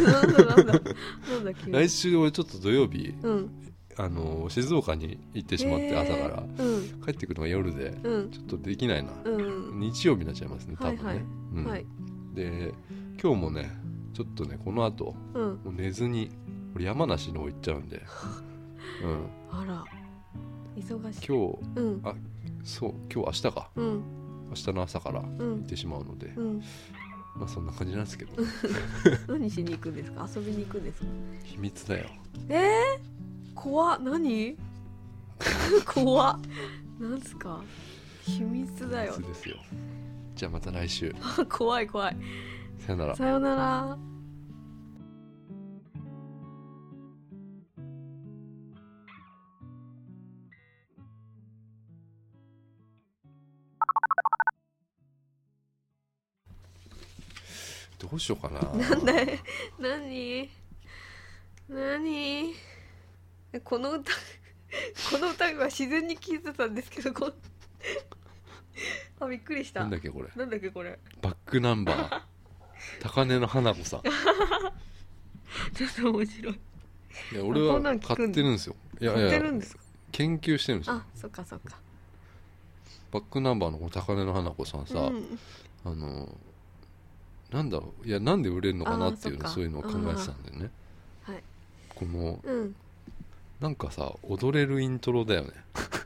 来週俺ちょっと土曜日、うん、あの静岡に行ってしまって朝から、うん、帰ってくるのが夜で、うん、ちょっとできないな、うん、日曜日になっちゃいますね多分ね、はいはいうんはい、で今日もねちょっとねこの後、うん、もう寝ずに俺山梨の方行っちゃうんで、うん、 あら忙しい今日、うん、あそう今日明日か、うん、明日の朝から行ってしまうので、うん、まあそんな感じなんですけど何しに行くんですか？遊びに行くんですか？ 秘密だよ。 えー、怖っ。何怖っ。なんすか秘密だよ。 秘密ですよ。じゃあまた来週怖い怖い。 さよなら。 さよなら。 どうしようかな。 なんだい何何この歌この歌は自然に聴いてたんですけどこあびっくりした。 なんだっけこれ。 なんだっけこれ。 バックナンバー高根の花子さんちょっと面白い。 いや俺は買ってるんですよ。いやいや買ってるんですか。 研究してるんですよ。 あそっかそっか。 バックナンバーのこの高根の花子さんさ、うん、あのなんだろういやなんで売れるのかなっていうのそういうのを考えてたんだよね、はい、この、うん、なんかさ踊れるイントロだよね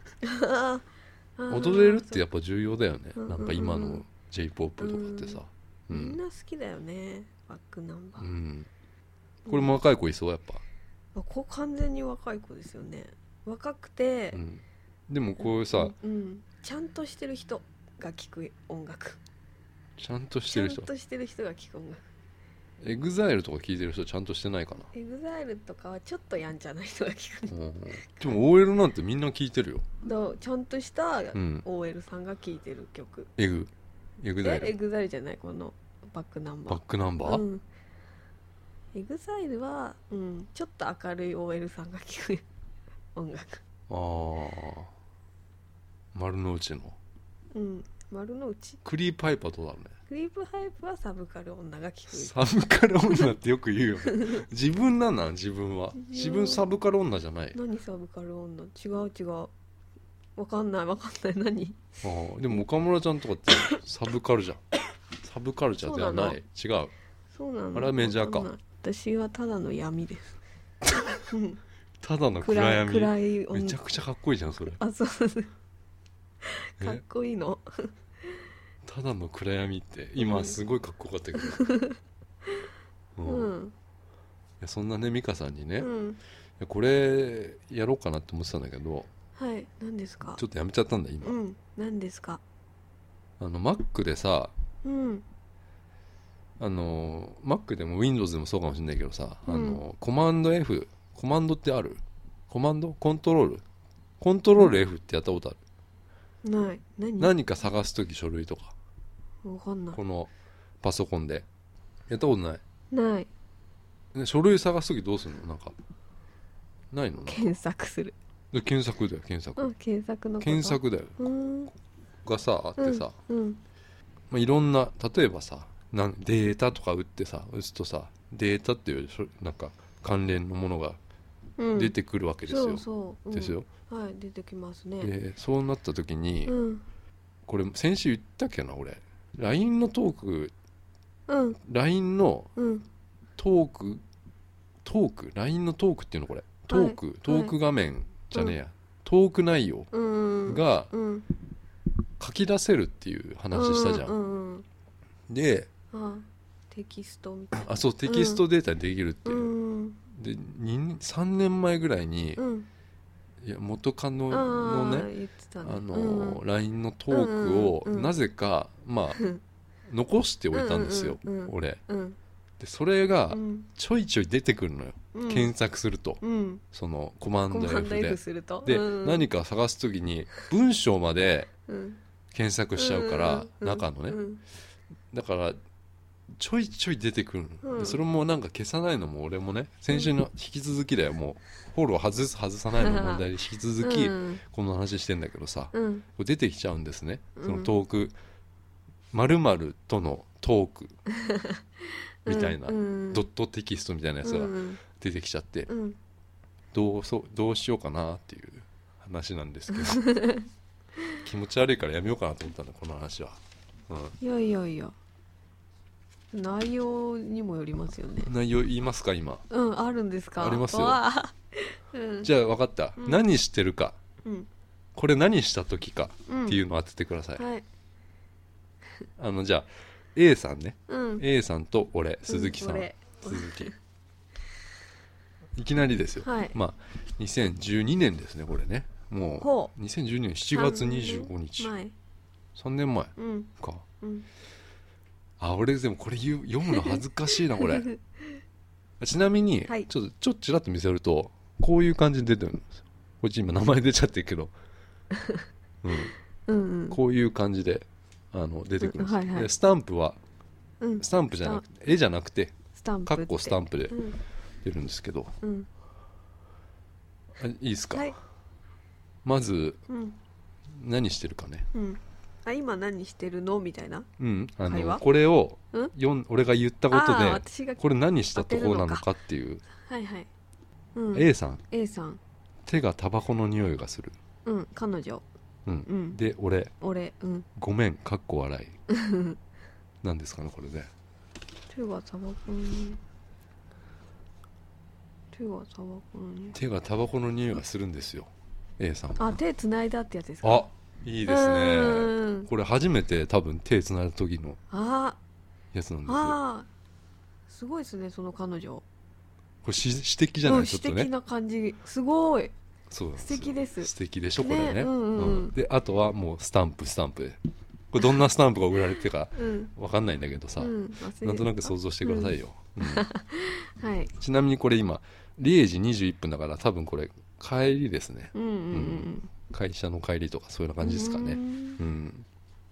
踊れるってやっぱ重要だよね、なんか今の J-ポップ とかってさ、 うんうん、みんな好きだよねバックナンバー、うん、 これも若い子いそうやっぱ、 うん、こう完全に若い子ですよね。若くて、うん、 でもこういうさ、 うんうん、ちゃんとしてる人が聴く音楽。 ちゃんとしてる人ちゃんとしてる人が聴く音楽。 エグザイルとか聴いてる人ちゃんとしてないかな。 エグザイルとかはちょっとやんちゃな人が聴く、 うん、でも オーエル なんてみんな聴いてるよ。 だちゃんとした オーエル さんが聴いてる曲、 うん、エグエグザイルエグザイルじゃないこのバックナンバーバックナンバー、うん、 エグザイルは、うん、ちょっと明るい オーエル さんが聴く音楽。 ああ丸の内のうん丸の内クリープハイプはどうだろうね。 クリープハイプはサブカル女が聴く。 サブカル女ってよく言うよね自分なんなん自分は自分サブカル女じゃない。 何サブカル女。違う違うわかんないわかんない何。 あでも岡村ちゃんとかってサブカルじゃんサブカルチャーではない。違う。そうなの。あれはメジャーか。 私はただの闇ですただの暗闇。 暗いめちゃくちゃかっこいいじゃんそれ。 あそうかっこいいのただの暗闇って今すごいかっこよかったけど、うんうん、いやそんなね美香さんにね、うん、これやろうかなって思ってたんだけど、 はい何ですか。 ちょっとやめちゃったんだ今、 うん、何ですか。 あの Mac でさ、うん、あの Mac でも Windows でもそうかもしれないけどさ、うん、あのコマンド F コマンドってある？コマンドコントロールコントロール F ってやったことある？ ない。 何? 何か探すとき書類とかわかんない。 このパソコンでやったことない？ ない。 書類探すときどうするの？なんかないの？なんか検索する。 で検索だよ検索、 うん、検索のこと検索だよがさあってさ、うんうんまあ、いろんな例えばさなんデータとか打ってさ打つとさデータっていうなんか関連のものが出てくるわけですよ、うん、そうそう、うん、ですよ。 はい出てきますね。 でそうなった時に、うん、これ先週言ったっけな俺 ライン のトーク、うん、ライン のトーク、うん、トーク ライン のトークっていうのこれトーク、はい、トーク画面じゃねえや、うん、トーク内容が書き出せるっていう話したじゃん、うんうんうん、であテキストみたいな。 あ、そう、テキストデータにできるっていう、 うん、 でさんねんまえぐらいに、 うん、 いや元カノのね、 あ、ね、 あの、うん、ライン のトークをなぜか、まあ残しておいたんですよ、うんうんうん、俺、うん、でそれがちょいちょい出てくるのよ、うん、検索すると、うん、そのコマンド F で、 F するとで、うん、何か探すときに文章まで検索しちゃうから、うんうん、中のね、うん、だからちょいちょい出てくるの、うん、でそれもなんか消さないのも俺もね、先週の引き続きだよ、もうフォロー外す外さないの問題で引き続きこの話してんだけどさ、うん、これ出てきちゃうんですね、そのトーク〇〇とのトークみたいな、うん、ドットテキストみたいなやつが出てきちゃって、うん、どうそどうしようかなっていう話なんですけど気持ち悪いからやめようかなと思ったんだこの話は、うん、 いやいやいや内容にもよりますよね。 内容言いますか今。 うんあるんですか。 ありますよ、うん、じゃあ分かった、うん、何してるか、うん、これ何した時かっていうのを当ててください、うん、はい、あのじゃあ A さんね、うん、A さんと俺鈴木さん、うん、鈴木いきなりですよ、はい、まあにせんじゅうにねんですねこれね、もうにせんじゅうにねんしちがつにじゅうごにち、さんねんまえ、うん、か、うん、あ俺でもこれ言う読むの恥ずかしいなこれちなみに、はい、ちょっとちょっとちらっと見せるとこういう感じで出てるんですよ。こっち今名前出ちゃってるけど、うんうんうん、こういう感じであの出てくるんです、うんはいはい、でスタンプは、うん、スタンプじゃなくて絵じゃなくてカッコスタンプで出るんですけど、うん、いいですか、はい、まず、うん、何してるかね、うん、 あ今何してるのみたいな、 うん、あのこれをよん俺が言ったことでこれ何したところなのかっていう、はいはい、うん、A さん A さん手がタバコの匂いがする、 うん、彼女、 うんうん、で俺俺、うん、 ごめんかっこ笑いなんですかねこれで手がタバコの匂い手がタバコの匂い手がタバコの匂いがするんですよ A さん。 あ手つないだってやつですか。 あいいですね。これ初めて多分手つないだ時のやつなんですよ。あすごいですねその彼女。 これ詩的じゃない、うん、ちょっとね詩的な感じすごい。そう素敵です。 素敵でしょこれね、ね、うんうんうん、であとはもうスタンプスタンプでこれどんなスタンプが送られてるか分かんないんだけどさ、うん、なんとなく想像してくださいよ、うんうんはい、ちなみにこれ今れいじにじゅういっぷんだから多分これ帰りですね、うんうんうんうん、会社の帰りとかそういう感じですかね、うん、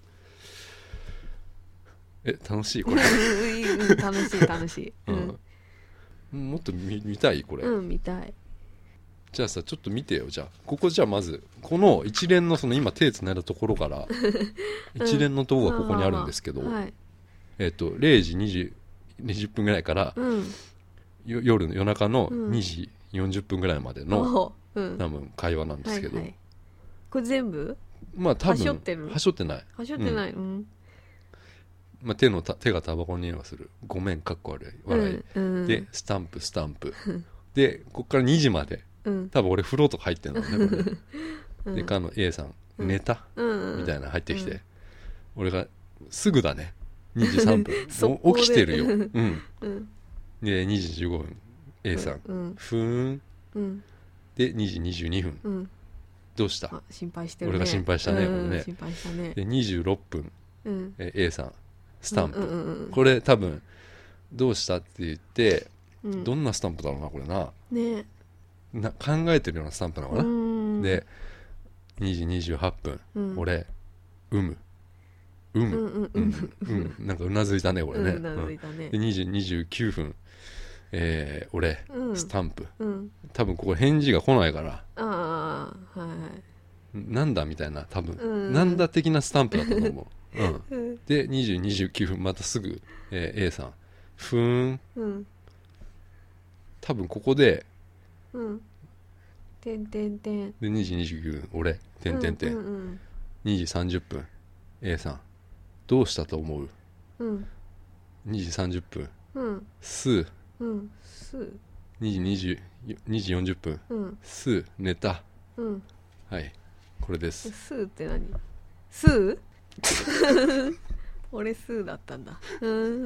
え楽しいこれ楽しい楽しい、うんうん、もっと 見, 見たいこれ、 うん、見たい。 じゃあさちょっと見てよ。じゃあここじゃあまずこの一連のその今手つないだところから一連のところがここにあるんですけど、うんはい、えっ、ー、とれいじにじゅっぷんぐらいから、うん、夜の夜中のにじよんじゅっぷんぐらいまでの、うん、多分会話なんですけど、はいはい、 これ全部まあ多分はしょってるはしょってないはしょってない、うんうんまあ、手のた手がタバコの匂いがするごめんかっこ悪い笑い、うんうん、でスタンプスタンプでこっからにじまで、うん、多分俺風呂とか入ってんのねこれ、うん、でかの A さん、うん、寝た、うん、みたいなの入ってきて、うん、俺がすぐだねにじさんぷん起きてるよ、うんうん、でにじじゅうごふん A さん、うん、ふーん、うん、でにじにじゅうにふん、うん、どうした心配してるね。 俺が心配したね、うん、これね心配したね。 でにじゅうろっぷん、うん、A さんスタンプ、うんうんうん、これ多分どうしたって言って、うん、どんなスタンプだろうなこれな、ね、な考えてるようなスタンプなのかな。でにじにじゅうはっぷん、うん、俺うむうむ、うんうんうんうん、なんかうなずいたねこれね、うん、うなずいたね。でにじにじゅうきゅうふん、えー、俺、うん、スタンプ、うん、多分ここ返事が来ないからあ、はいはい、なんだみたいな多分、うん、なんだ的なスタンプだったと思ううん、でにじゅう、にじゅうきゅうふんまたすぐ、えー、A さんふーん、うん、多分ここで、うん、てんてんてんでにじにじゅうきゅうふん俺てんてんてん、うんうんうん、にじさんじゅっぷん A さんどうしたと思う、うん、にじさんじゅっぷん、うん、すー、うん、すーにじにじゅう、にじよんじゅっぷん、うん、すー寝た、うん、はいこれです。すーって何すー俺スーだったんだ。うん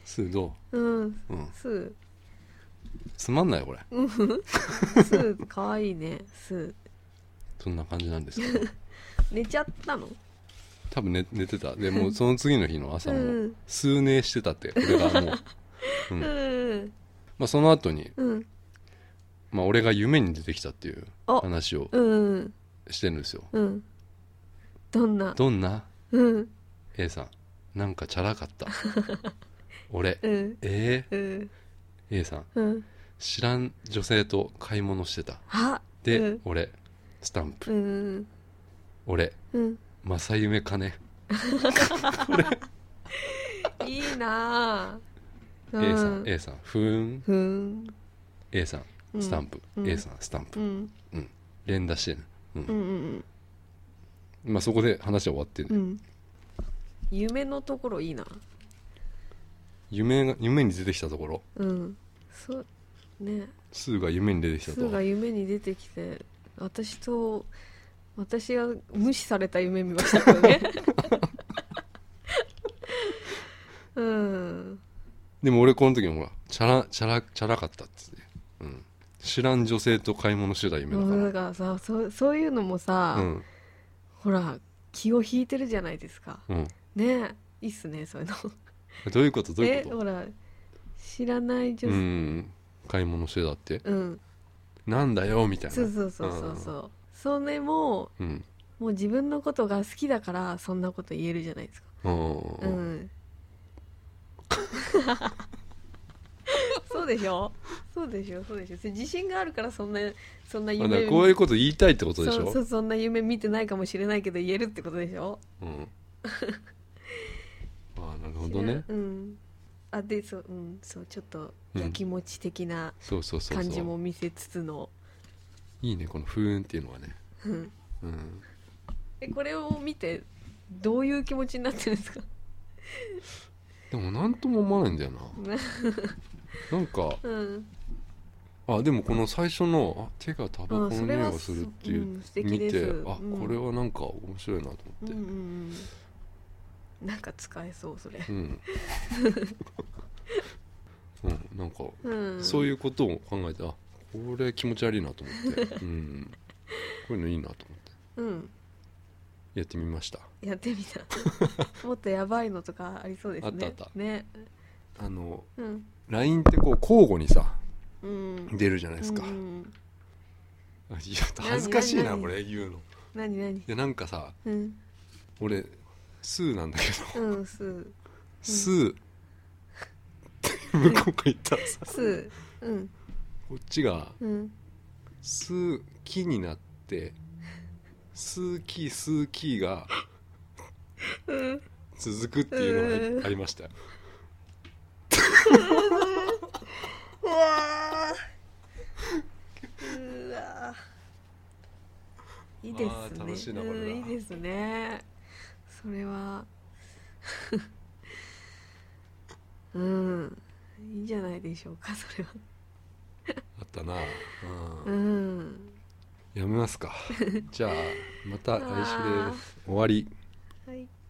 スーどううんう、うん、 スーつまんないこれうんスーかわいいね。スーそんな感じなんですけど寝ちゃったの？ 多分 寝, 寝てた。でもその次の日の朝も数寝してたって俺がもう、うんうんまあ、その後に、うんまあ、俺が夢に出てきたっていう話をしてるんですよ、うん、 どんなどんな、うん、A さんなんかチャラかった俺、うん、えーうん、A さん、うん、知らん女性と買い物してたで、うん、俺スタンプ、うん、俺、うん、正夢かねいいなぁ、 うん、A さん A さんふーんふーん A さんスタンプ、うん、A さんスタンプ、うんうん、連打してる、うんうんうんまあ、そこで話は終わってる、ねうん、 夢のところいいな。 夢が夢に出てきたところ、 うんそうね、 スーが夢に出てきたと。 スーが夢に出てきて私と私が無視された夢見ましたけどねうんでも俺この時もほらチャラチャラチャラかったっつって、うん、知らん女性と買い物してた夢だから。 だからさ そ, そういうのもさ、うん、ほら気を引いてるじゃないですか、うん、ねえいいっすねそういうのどういうことどういうこと。 えほら知らない女性、うん、 買い物してたって、うん、なんだよみたいな。 そうそうそうそうそう、うん、それも、うん、もう自分のことが好きだからそんなこと言えるじゃないですか。うんそうでしょそうでしょそうでしょ自信があるからそんなそんな夢こういうこと言いたいってことでしょ。 そうそうそんな夢見てないかもしれないけど言えるってことでしょ。うんああなるほどね。 うんあでそう、うん、そうちょっとやきもち的な感じも見せつつの、 いいねこのふーんっていうのはねうん、 うん、えこれを見てどういう気持ちになってるんですか。 でも何とも思わないんだよななんか、うん、あでもこの最初のあ手がタバコの匂いがするっていう、うん、見てあ、うん、これはなんか面白いなと思って、うんうんうん、なんか使えそうそれうん、 うん、なんか、うん、そういうことを考えてあこれ気持ち悪いなと思って、うん、こういうのいいなと思って、うんやってみました。 やってみたもっとやばいのとかありそうですね。 あったあった、 ね、 あの、うん、ライン ってこう交互にさ、うん、出るじゃないですか、うん、いや恥ずかしいなこれ言うの。 何何いやなんかさ、うん、俺スーなんだけど、うん、スー、スー向こうが言ったらさスー、うん、こっちが、うん、スーキになってスーキースーキーが続くっていうのがありましたよ。 うわうわいいですね。 楽しいなこれは、うん、 いいですねそれはうんいいんじゃないでしょうかそれはあったな、うん、うんやめますかじゃあまた来週です。終わり。 はい。